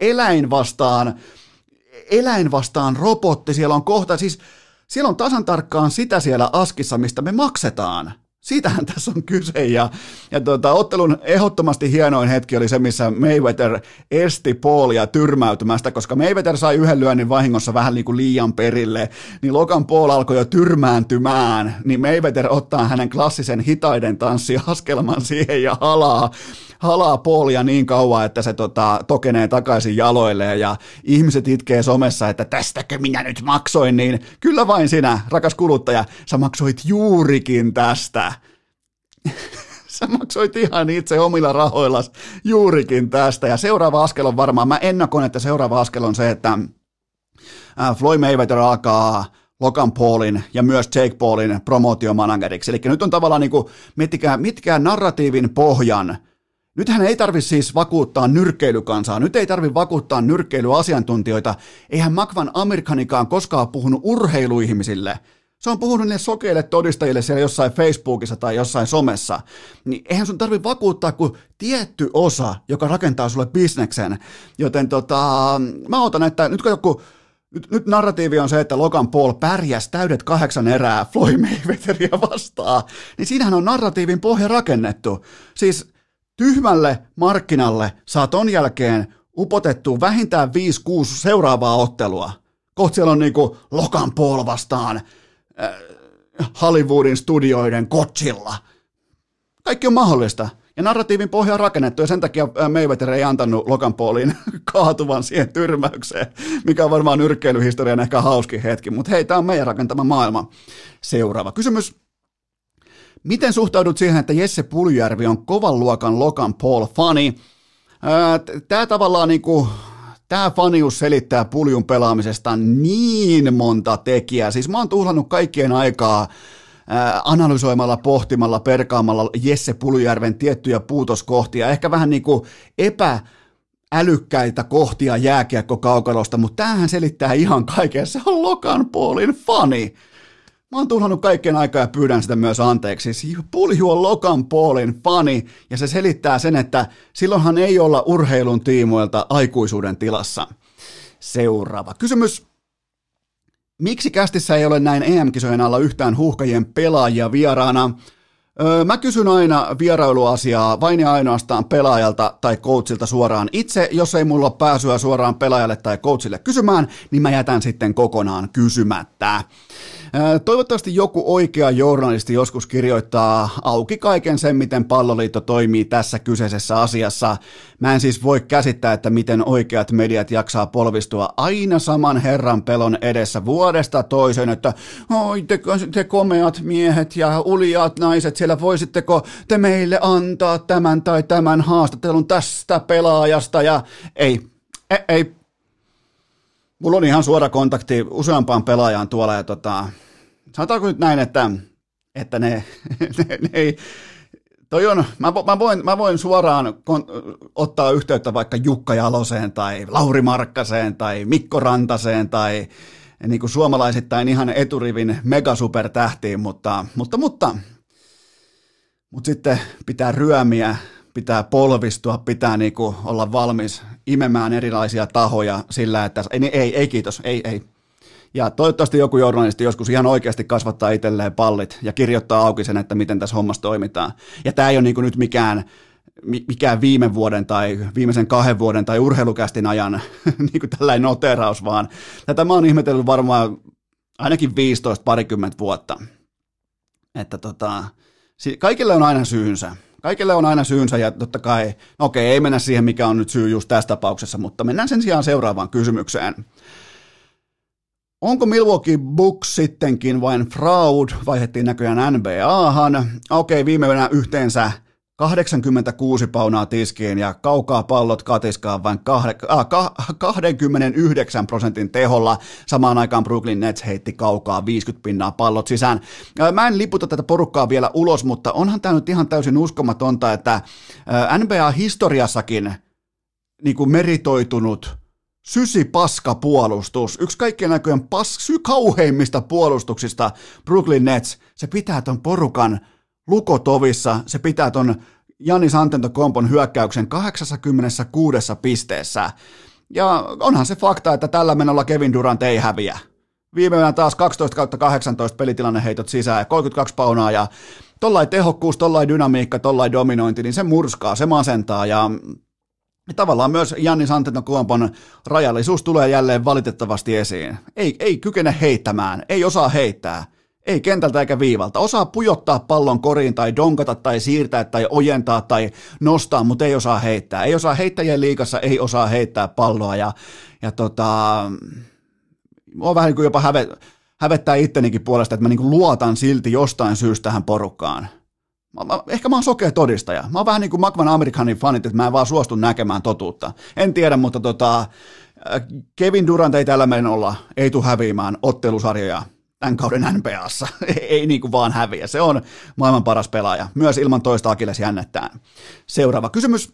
eläin vastaan robotti, siellä on kohta, siis siellä on tasan tarkkaan sitä siellä askissa, mistä me maksetaan. Siitähän tässä on kyse, ja ottelun ehdottomasti hienoin hetki oli se, missä Mayweather esti Paulia tyrmäytymästä, koska Mayweather sai yhden lyönnin vahingossa vähän niin kuin liian perille, niin Logan Paul alkoi jo tyrmääntymään, niin Mayweather ottaa hänen klassisen hitaiden tanssiaskelman siihen ja halaa Paulia niin kauan, että se tokenee takaisin jaloilleen ja ihmiset itkee somessa, että tästäkö minä nyt maksoin, niin kyllä vain sinä, rakas kuluttaja, sä maksoit juurikin tästä. Sä maksoit ihan itse omilla rahoillas juurikin tästä ja seuraava askel on varmaan, mä ennakon, että seuraava askel on se, että Floyd Mayweather alkaa Logan Paulin ja myös Jake Paulin promotiomanageriksi. Eli nyt on tavallaan, niin kuin, mitkään narratiivin pohjan. Nythän ei tarvitse siis vakuuttaa nyrkkeilykansaa, nyt ei tarvitse vakuuttaa nyrkkeilyasiantuntijoita. Eihän Makvan Amerikanikaan koskaan puhunut urheiluihmisille. Se on puhunut niille sokeille todistajille siellä jossain Facebookissa tai jossain somessa. Niin eihän sun tarvitse vakuuttaa kuin tietty osa, joka rakentaa sulle bisneksen. Joten mä otan, että nyt narratiivi on se, että Logan Paul pärjäsi täydet 8 erää Floyd Mayweatheria vastaan. Niin siinähän on narratiivin pohja rakennettu. Siis tyhmälle markkinalle saa ton jälkeen upotettua vähintään 5-6 seuraavaa ottelua. Kohta siellä on niinku Logan Paul vastaan Hollywoodin studioiden Godzilla. Kaikki on mahdollista. Ja narratiivin pohja on rakennettu, ja sen takia Mayweather ei antanut Logan Paulin kaatuvan siihen tyrmäykseen, mikä on varmaan nyrkkeilyhistorian ehkä hauskin hetki. Mutta hei, tämä on meidän rakentama maailma. Seuraava kysymys. Miten suhtaudut siihen, että Jesse Puljujärvi on kovan luokan Logan Paul-fani? Tämä tavallaan niinku, tämä fanius selittää Puljun pelaamisesta niin monta tekijää. Siis mä oon tuhlannut kaikkien aikaa analysoimalla, pohtimalla, perkaamalla Jesse Puljujärven tiettyjä puutoskohtia, ehkä vähän niinku älykkäitä kohtia jääkiekkokaukalosta, mutta tämähän selittää ihan kaiken. Se on Logan Paulin fani. Mä oon tuhlannut kaikkien aikaa ja pyydän sitä myös anteeksi. Pulju on Logan Paulin fani ja se selittää sen, että silloinhan ei olla urheilun tiimoilta aikuisuuden tilassa. Seuraava kysymys. Miksi kästissä ei ole näin EM-kisojen alla yhtään huuhkajien pelaajia vieraana? Mä kysyn aina vierailuasiaa vain ja ainoastaan pelaajalta tai coachilta suoraan itse. Jos ei mulla ole pääsyä suoraan pelaajalle tai coachille kysymään, niin mä jätän sitten kokonaan kysymättä. Toivottavasti joku oikea journalisti joskus kirjoittaa auki kaiken sen, miten Palloliitto toimii tässä kyseisessä asiassa. Mä en siis voi käsittää, että miten oikeat mediat jaksaa polvistua aina saman herran pelon edessä vuodesta toiseen, että oi te komeat miehet ja uliaat naiset, siellä voisitteko te meille antaa tämän tai tämän haastattelun tästä pelaajasta ja ei. Mulla on ihan suora kontakti useampaan pelaajaan tuolla ja sanotaanko nyt näin, että ne ei, mä voin suoraan ottaa yhteyttä vaikka Jukka Jaloseen tai Lauri Markkaseen tai Mikko Rantaseen tai niin kuin suomalaisittain ihan eturivin megasupertähtiin, mutta sitten pitää ryömiä, pitää polvistua, pitää niinku olla valmis imemään erilaisia tahoja sillä, että ei kiitos, ei. Ja toivottavasti joku journalisti joskus ihan oikeasti kasvattaa itselleen pallit ja kirjoittaa auki sen, että miten tässä hommassa toimitaan. Ja tämä ei ole niinku nyt mikään viime vuoden tai viimeisen 2 vuoden tai urheilukästin ajan niinku tällainen noteraus, vaan tätä mä oon ihmetellyt varmaan ainakin 15-20 vuotta. Että kaikille on aina syynsä. Kaikille on aina syynsä ja totta kai, okei, ei mennä siihen, mikä on nyt syy just tässä tapauksessa, mutta mennään sen sijaan seuraavaan kysymykseen. Onko Milwaukee Bucks sittenkin vain fraud? Vaihdettiin näköjään NBAhan. Okei, viime yönä yhteensä 86 paunaa tiskiin ja kaukaa pallot katiskaan vain 29% teholla. Samaan aikaan Brooklyn Nets heitti kaukaa 50 pinnaa pallot sisään. Mä en liputa tätä porukkaa vielä ulos, mutta onhan tämä nyt ihan täysin uskomatonta, että NBA-historiassakin niin kuin meritoitunut sysipaskapuolustus, yksi kaikkien aikojen kauheimmista puolustuksista Brooklyn Nets, se pitää ton porukan lukotovissa, se pitää ton Giannis Antetokounmpon hyökkäyksen 86 pisteessä. Ja onhan se fakta, että tällä menolla Kevin Durant ei häviä. Viimeinen taas 12/18 pelitilanneheitot sisään ja 32 paunaa ja tollain tehokkuus, tollain dynamiikka, tollain dominointi, niin se murskaa, se masentaa ja tavallaan myös Giannis Antetokounmpon rajallisuus tulee jälleen valitettavasti esiin. Ei kykene heittämään, ei osaa heittää. Ei kentältä eikä viivalta. Osaa pujottaa pallon koriin tai donkata tai siirtää tai ojentaa tai nostaa, mutta ei osaa heittää. Ei osaa heittäjien liigassa, ei osaa heittää palloa mua vähän niin kuin jopa hävettää ittenikin puolesta, että mä niin kuin luotan silti jostain syystä tähän porukkaan. Ehkä mä oon sokea todistaja. Mä oon vähän niin kuin Makvan Amerikanin fanit, että mä en vaan suostu näkemään totuutta. En tiedä, mutta Kevin Durant ei tällä menolla, ei tule häviämään ottelusarjoja tämän kauden NBA:ssa. Ei niin kuin vaan häviä. Se on maailman paras pelaaja. Myös ilman toista akillesjännettään. Seuraava kysymys.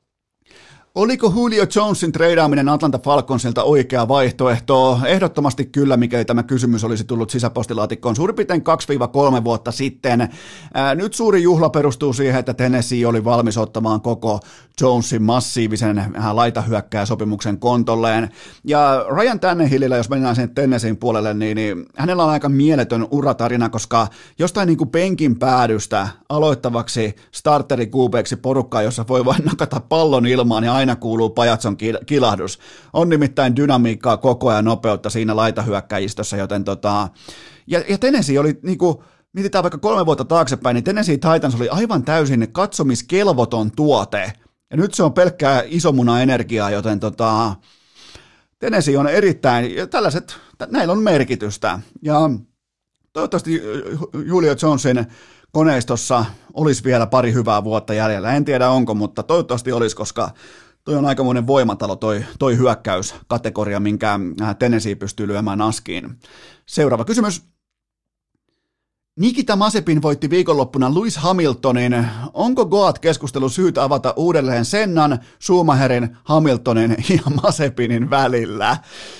Oliko Julio Jonesin treidaaminen Atlanta Falconsilta oikea vaihtoehto? Ehdottomasti kyllä, mikäli tämä kysymys olisi tullut sisäpostilaatikkoon suurin piirtein 2-3 vuotta sitten. Nyt suuri juhla perustuu siihen, että Tennessee oli valmis ottamaan koko Jonesin massiivisen laitahyökkääjäsopimuksen kontolleen. Ja Ryan Tannehillillä, jos mennään sen Tennesseein puolelle, niin hänellä on aika mieletön uratarina, koska jostain niin kuin penkin päädystä aloittavaksi starterikuupeeksi porukkaa, jossa voi vain nakata pallon ilmaan ja aina kuuluu pajatson kilahdus. On nimittäin dynamiikkaa, koko ajan nopeutta siinä laitahyökkäjistössä, joten ja Tennessee oli niinku, mietitään vaikka 3 vuotta taaksepäin, niin Tennessee Titans oli aivan täysin katsomiskelvoton tuote, ja nyt se on pelkkää isomuna-energiaa, joten Tennessee on erittäin, näillä on merkitystä, ja toivottavasti Julio Jonesin koneistossa olisi vielä pari hyvää vuotta jäljellä. En tiedä onko, mutta toivottavasti olisi, koska toi on aikamoinen voimatalo toi hyökkäyskategoria, minkä Tennessee pystyy lyömään askiin. Seuraava kysymys. Nikita Mazepin voitti viikonloppuna Lewis Hamiltonin. Onko Goat-keskustelu syytä avata uudelleen Sennan, Schumacherin, Hamiltonin ja Mazepinin välillä?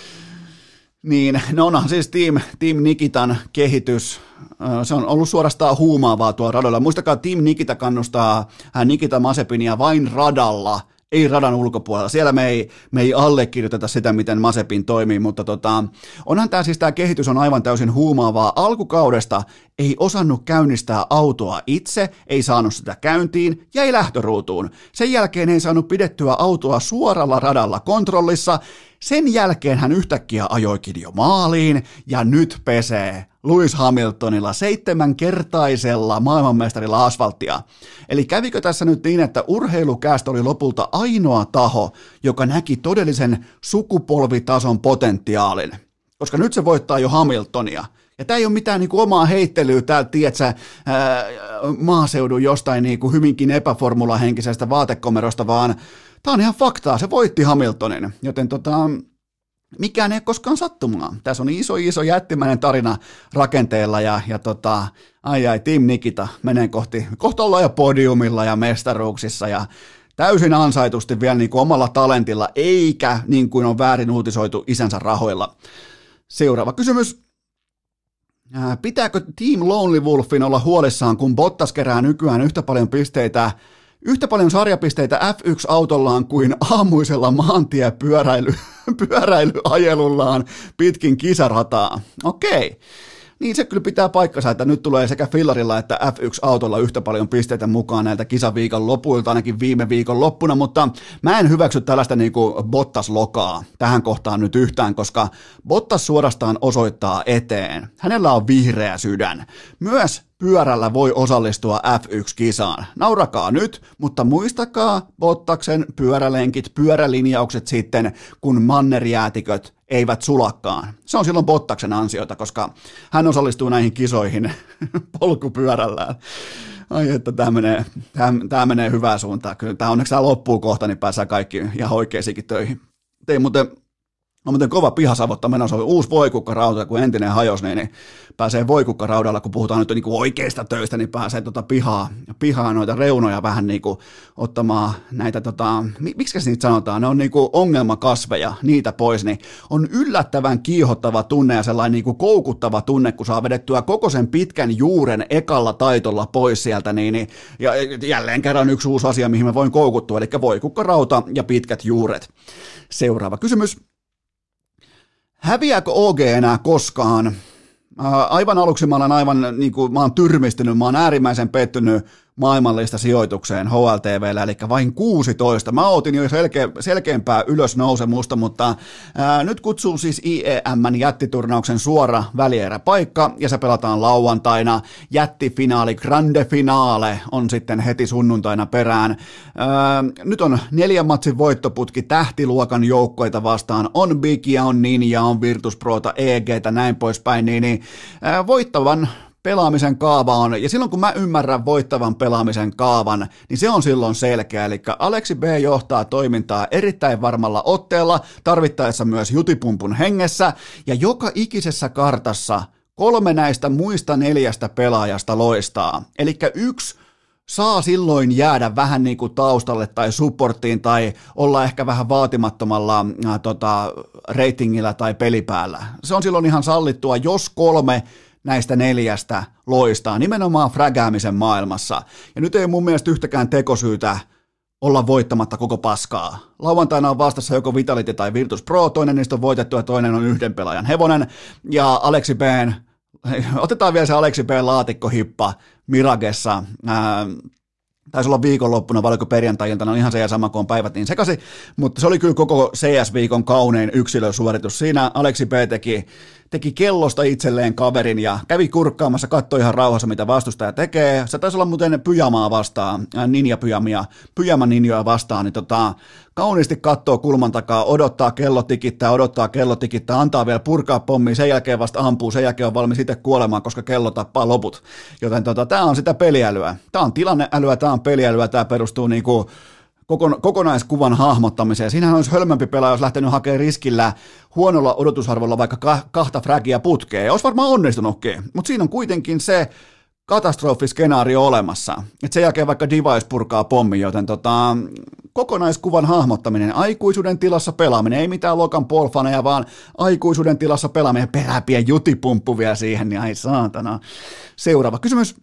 Niin, no onhan siis Team Nikitan kehitys, se on ollut suorastaan huumaavaa tuolla radoilla. Muistakaa, Team Nikita kannustaa Nikita Mazepinia vain radalla, ei radan ulkopuolella. Siellä me ei allekirjoiteta sitä, miten Mazepin toimii, mutta onhan tämä kehitys on aivan täysin huumaavaa. Alkukaudesta ei osannut käynnistää autoa itse, ei saanut sitä käyntiin, jäi lähtöruutuun. Sen jälkeen ei saanut pidettyä autoa suoralla radalla kontrollissa. Sen jälkeen hän yhtäkkiä ajoikin jo maaliin ja nyt pesee Lewis Hamiltonilla 7-kertaisella maailmanmestarilla asfalttia. Eli kävikö tässä nyt niin, että urheilukäästä oli lopulta ainoa taho, joka näki todellisen sukupolvitason potentiaalin? Koska nyt se voittaa jo Hamiltonia. Ja tämä ei ole mitään niinku omaa heittelyä täältä, tiedätkö, maaseudun jostain niinku hyvinkin epäformulahenkisestä vaatekomerosta, vaan tämä on ihan faktaa, se voitti Hamiltonin, joten mikään ei ole koskaan sattumaa. Tässä on iso jättimäinen tarina rakenteella ja Team Nikita menee kohta ollaan jo podiumilla ja mestaruuksissa ja täysin ansaitusti vielä niin kuin omalla talentilla, eikä niin kuin on väärin uutisoitu isänsä rahoilla. Seuraava kysymys. Pitääkö Team Lonely Wolfin olla huolissaan, kun Bottas kerää nykyään yhtä paljon sarjapisteitä F1-autollaan kuin aamuisella maantiepyöräilyajelullaan pitkin kisarataa? Okei. Niin se kyllä pitää paikkansa, että nyt tulee sekä fillarilla että F1-autolla yhtä paljon pisteitä mukaan näiltä kisaviikon lopuilta, ainakin viime viikon loppuna, mutta mä en hyväksy tällaista niinku Bottas-lokaa tähän kohtaan nyt yhtään, koska Bottas suorastaan osoittaa eteen. Hänellä on vihreä sydän. Myös pyörällä voi osallistua F1-kisaan. Naurakaa nyt, mutta muistakaa Bottaksen pyörälenkit, pyörälinjaukset sitten, kun mannerjäätiköt eivät sulakkaan. Se on silloin Bottaksen ansiota, koska hän osallistuu näihin kisoihin polkupyörällään. Ai että tämä menee hyvään suuntaan. Kyllä tämä onneksi tämä loppuu kohta, niin pääsee kaikki ihan oikeisiinkin töihin. On muuten kova pihasavotta menossa, uusi voikukkarauta, kun entinen hajosi, niin pääsee voikukkaraudalla, kun puhutaan nyt niin kuin oikeista töistä, niin pääsee pihaa noita reunoja vähän niin kuin ottamaan näitä, miksi niitä sanotaan, ne on niin kuin ongelmakasveja, niitä pois, niin on yllättävän kiihottava tunne ja sellainen niin kuin koukuttava tunne, kun saa vedettyä koko sen pitkän juuren ekalla taitolla pois sieltä, ja jälleen kerran yksi uusi asia, mihin mä voin koukuttua, eli voikukkarauta ja pitkät juuret. Seuraava kysymys. Häviääkö OG enää koskaan? Aivan aluksi mä oon tyrmistynyt, mä oon äärimmäisen pettynyt maailmanlista sijoitukseen HLTVllä, eli vain 16. Mä ootin jo selkeämpää ylösnousemusta, mutta nyt kutsuu siis IEM:n jättiturnauksen suora välieräpaikka, ja se pelataan lauantaina. Jättifinaali, grande finale on sitten heti sunnuntaina perään. Nyt on 4 matsin voittoputki tähtiluokan joukkoita vastaan. On Bigia, on Ninja, on Virtus.Prota, EGtä, näin poispäin, niin voittavan pelaamisen kaava on, ja silloin kun mä ymmärrän voittavan pelaamisen kaavan, niin se on silloin selkeä, eli Aleksi B johtaa toimintaa erittäin varmalla otteella, tarvittaessa myös jutipumpun hengessä, ja joka ikisessä kartassa 3 näistä muista 4 pelaajasta loistaa, eli 1 saa silloin jäädä vähän niin kuin taustalle tai supporttiin tai olla ehkä vähän vaatimattomalla ratingilla tai pelipäällä. Se on silloin ihan sallittua, jos 3 näistä 4 loistaa nimenomaan fragäämisen maailmassa. Ja nyt ei mun mielestä yhtäkään tekosyytä olla voittamatta koko paskaa. Lauantaina on vastassa joko Vitality tai Virtus.Pro, toinen niistä on voitettu ja toinen on 1 pelaajan hevonen. Ja Aleksi B:n, otetaan vielä se Aleksi B:n laatikkohippa Miragessa. Taisi olla viikonloppuna, vai oliko perjantai-iltana, on ihan se ja sama, kun on päivät niin sekaisin, mutta se oli kyllä koko CS-viikon kaunein yksilösuoritus. Siinä Aleksi B teki kellosta itselleen kaverin ja kävi kurkkaamassa, katsoi ihan rauhassa, mitä vastustaja tekee. Se taisi olla muuten pyjamaa vastaan, pyjama ninjoja vastaan, niin kauniisti katsoo kulman takaa, odottaa kello tikittää, antaa vielä purkaa pommiin, sen jälkeen vasta ampuu, sen jälkeen on valmis itse kuolemaan, koska kello tappaa loput. Joten tämä on sitä peliälyä. Tämä on tilanneälyä, tämä on peliälyä, tämä perustuu niinku kokonaiskuvan hahmottamiseen. Siinähän olisi hölmömpi pelaaja, jos lähtenyt hakemaan riskillä huonolla odotusarvolla vaikka 2 fragia putkeen. Olisi varmaan onnistunutkin, mutta siinä on kuitenkin se katastrofiskenaario olemassa. Et sen jälkeen vaikka Device purkaa pommi, joten kokonaiskuvan hahmottaminen, aikuisuuden tilassa pelaaminen, ei mitään Logan Paul-faneja, vaan aikuisuuden tilassa pelaaminen, peräpien jutipumppu vielä siihen, niin ai saatana. Seuraava kysymys.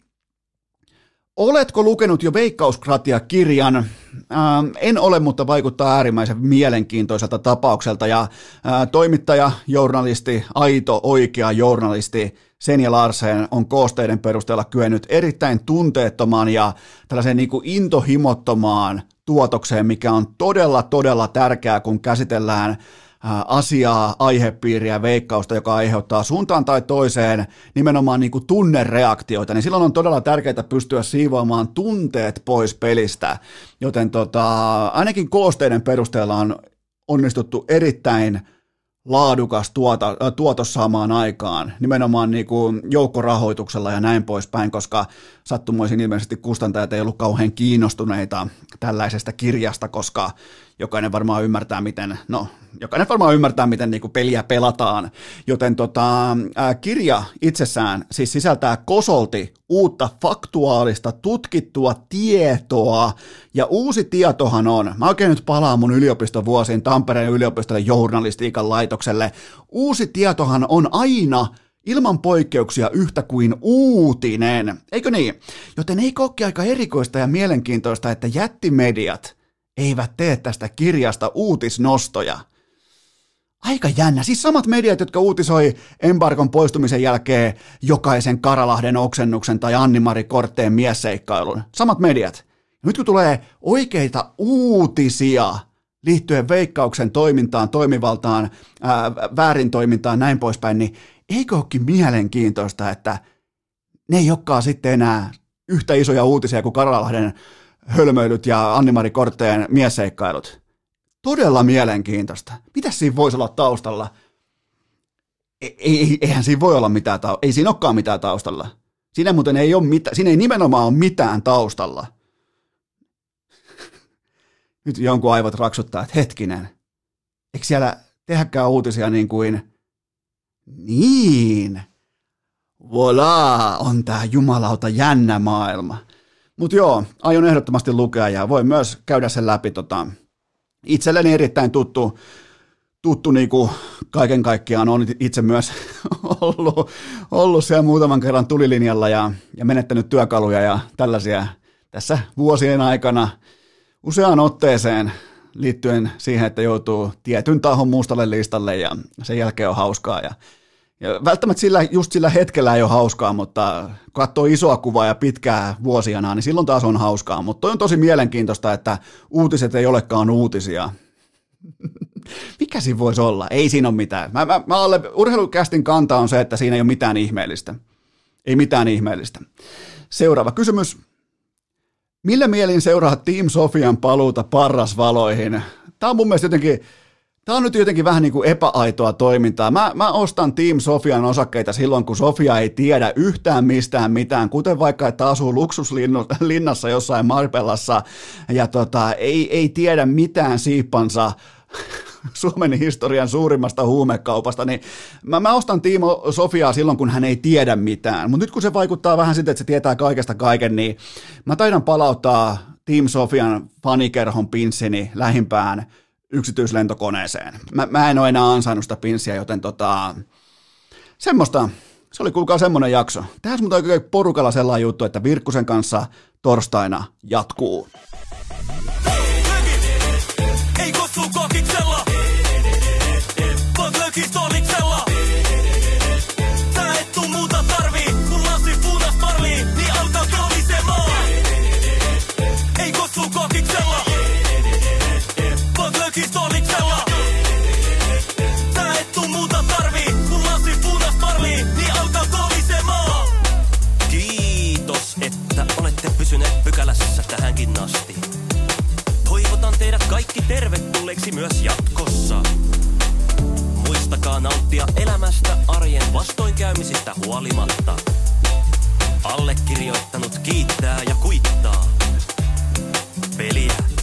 Oletko lukenut jo Veikkauskratia-kirjan? En ole, mutta vaikuttaa äärimmäisen mielenkiintoiselta tapaukselta ja toimittaja, journalisti, aito, oikea journalisti Senja Larsen on koosteiden perusteella kyennyt erittäin tunteettomaan ja tällaiseen niin kuin intohimottomaan tuotokseen, mikä on todella, todella tärkeää, kun käsitellään asiaa, aihepiiriä, veikkausta, joka aiheuttaa suuntaan tai toiseen nimenomaan niin kuin tunnereaktioita, niin silloin on todella tärkeää pystyä siivoamaan tunteet pois pelistä, joten ainakin koosteiden perusteella on onnistuttu erittäin laadukas tuotos saamaan aikaan, nimenomaan niin kuin joukkorahoituksella ja näin poispäin, koska sattumoisin ilmeisesti kustantajat ei ollut kauhean kiinnostuneita tällaisesta kirjasta, koska jokainen varmaan ymmärtää, miten niin kuin peliä pelataan, joten kirja itsessään siis sisältää kosolti uutta faktuaalista, tutkittua tietoa, ja uusi tietohan on, mä oikein nyt palaan mun yliopistovuosiin Tampereen yliopistolle journalistiikan laitokselle, uusi tietohan on aina ilman poikkeuksia yhtä kuin uutinen, eikö niin? Joten eikö olekin aika erikoista ja mielenkiintoista, että jättimediat eivät tee tästä kirjasta uutisnostoja. Aika jännä. Siis samat mediat, jotka uutisoi embargon poistumisen jälkeen jokaisen Karalahden oksennuksen tai Anni-Mari Kortteen miesseikkailun. Samat mediat. Nyt kun tulee oikeita uutisia liittyen Veikkauksen toimintaan, toimivaltaan, väärintoimintaan, näin poispäin, niin eikö olekin mielenkiintoista, että ne ei olekaan sitten enää yhtä isoja uutisia kuin Karalahden hölmöilyt ja Anni-Mari Kortteen miesseikkailut. Todella mielenkiintoista. Mitäs siinä voisi olla taustalla? Eihän siinä voi olla mitään taustalla. Ei siinä olekaan mitään taustalla. Siinä muuten ei ole mitään, siinä ei nimenomaan ole mitään taustalla. Nyt jonkun aivot raksuttaa, että hetkinen. Eikö siellä tehdäkään uutisia niin kuin niin? Voilà, on tää jumalauta jännä maailma. Mut joo, aion ehdottomasti lukea ja voin myös käydä sen läpi. Itselleni erittäin tuttu niinku kaiken kaikkiaan on itse myös ollut siellä muutaman kerran tulilinjalla ja menettänyt työkaluja ja tällaisia tässä vuosien aikana useaan otteeseen liittyen siihen, että joutuu tietyn tahon mustalle listalle ja sen jälkeen on hauskaa. Ja välttämättä just sillä hetkellä ei ole hauskaa, mutta kun katsoo isoa kuvaa ja pitkää vuosiana, niin silloin taas on hauskaa. Mutta toi on tosi mielenkiintoista, että uutiset ei olekaan uutisia. Mikä siinä voisi olla? Ei siinä ole mitään. Urheilukästin kanta on se, että siinä ei ole mitään ihmeellistä. Ei mitään ihmeellistä. Seuraava kysymys. Millä mielin seuraa Team Sofian paluuta parrasvaloihin? Tämä on mun mielestä nyt jotenkin vähän niin kuin epäaitoa toimintaa. Mä ostan Team Sofian osakkeita silloin, kun Sofia ei tiedä yhtään mistään mitään, kuten vaikka, että asuu luksuslinnassa jossain Marbellassa ja ei tiedä mitään siippansa Suomen historian suurimmasta huumekaupasta, niin mä ostan Team Sofiaa silloin, kun hän ei tiedä mitään. Mutta nyt kun se vaikuttaa vähän siltä, että se tietää kaikesta kaiken, niin mä taidan palauttaa Team Sofian fanikerhon pinssini lähimpään yksityislentokoneeseen. Mä en ole enää ansainnut sitä pinssiä, joten semmoista, se oli kuulkaa semmoinen jakso. Tehdään mutta oikein porukalla sellainen juttu, että Virkkusen kanssa torstaina jatkuu. Ei kutsu kokiksella, vaan lökis toliksella. Sä et tuu muuta tarvii, kun lasi puutas parlii, niin alkaa kovisemaan. Ei kutsu kokiksella, vaan lökis toliksella. Sä et tuu muuta tarvii, kun lasi puutas parlii, niin alkaa kovisemaan. Kiitos, että olette pysyneet pykälässä tähänkin asti. Toivotan teidät kaikki tervetulleeksi myös jatkossa. Muistakaa nauttia elämästä arjen vastoinkäymisistä huolimatta. Allekirjoittanut kiittää ja kuittaa. Peliä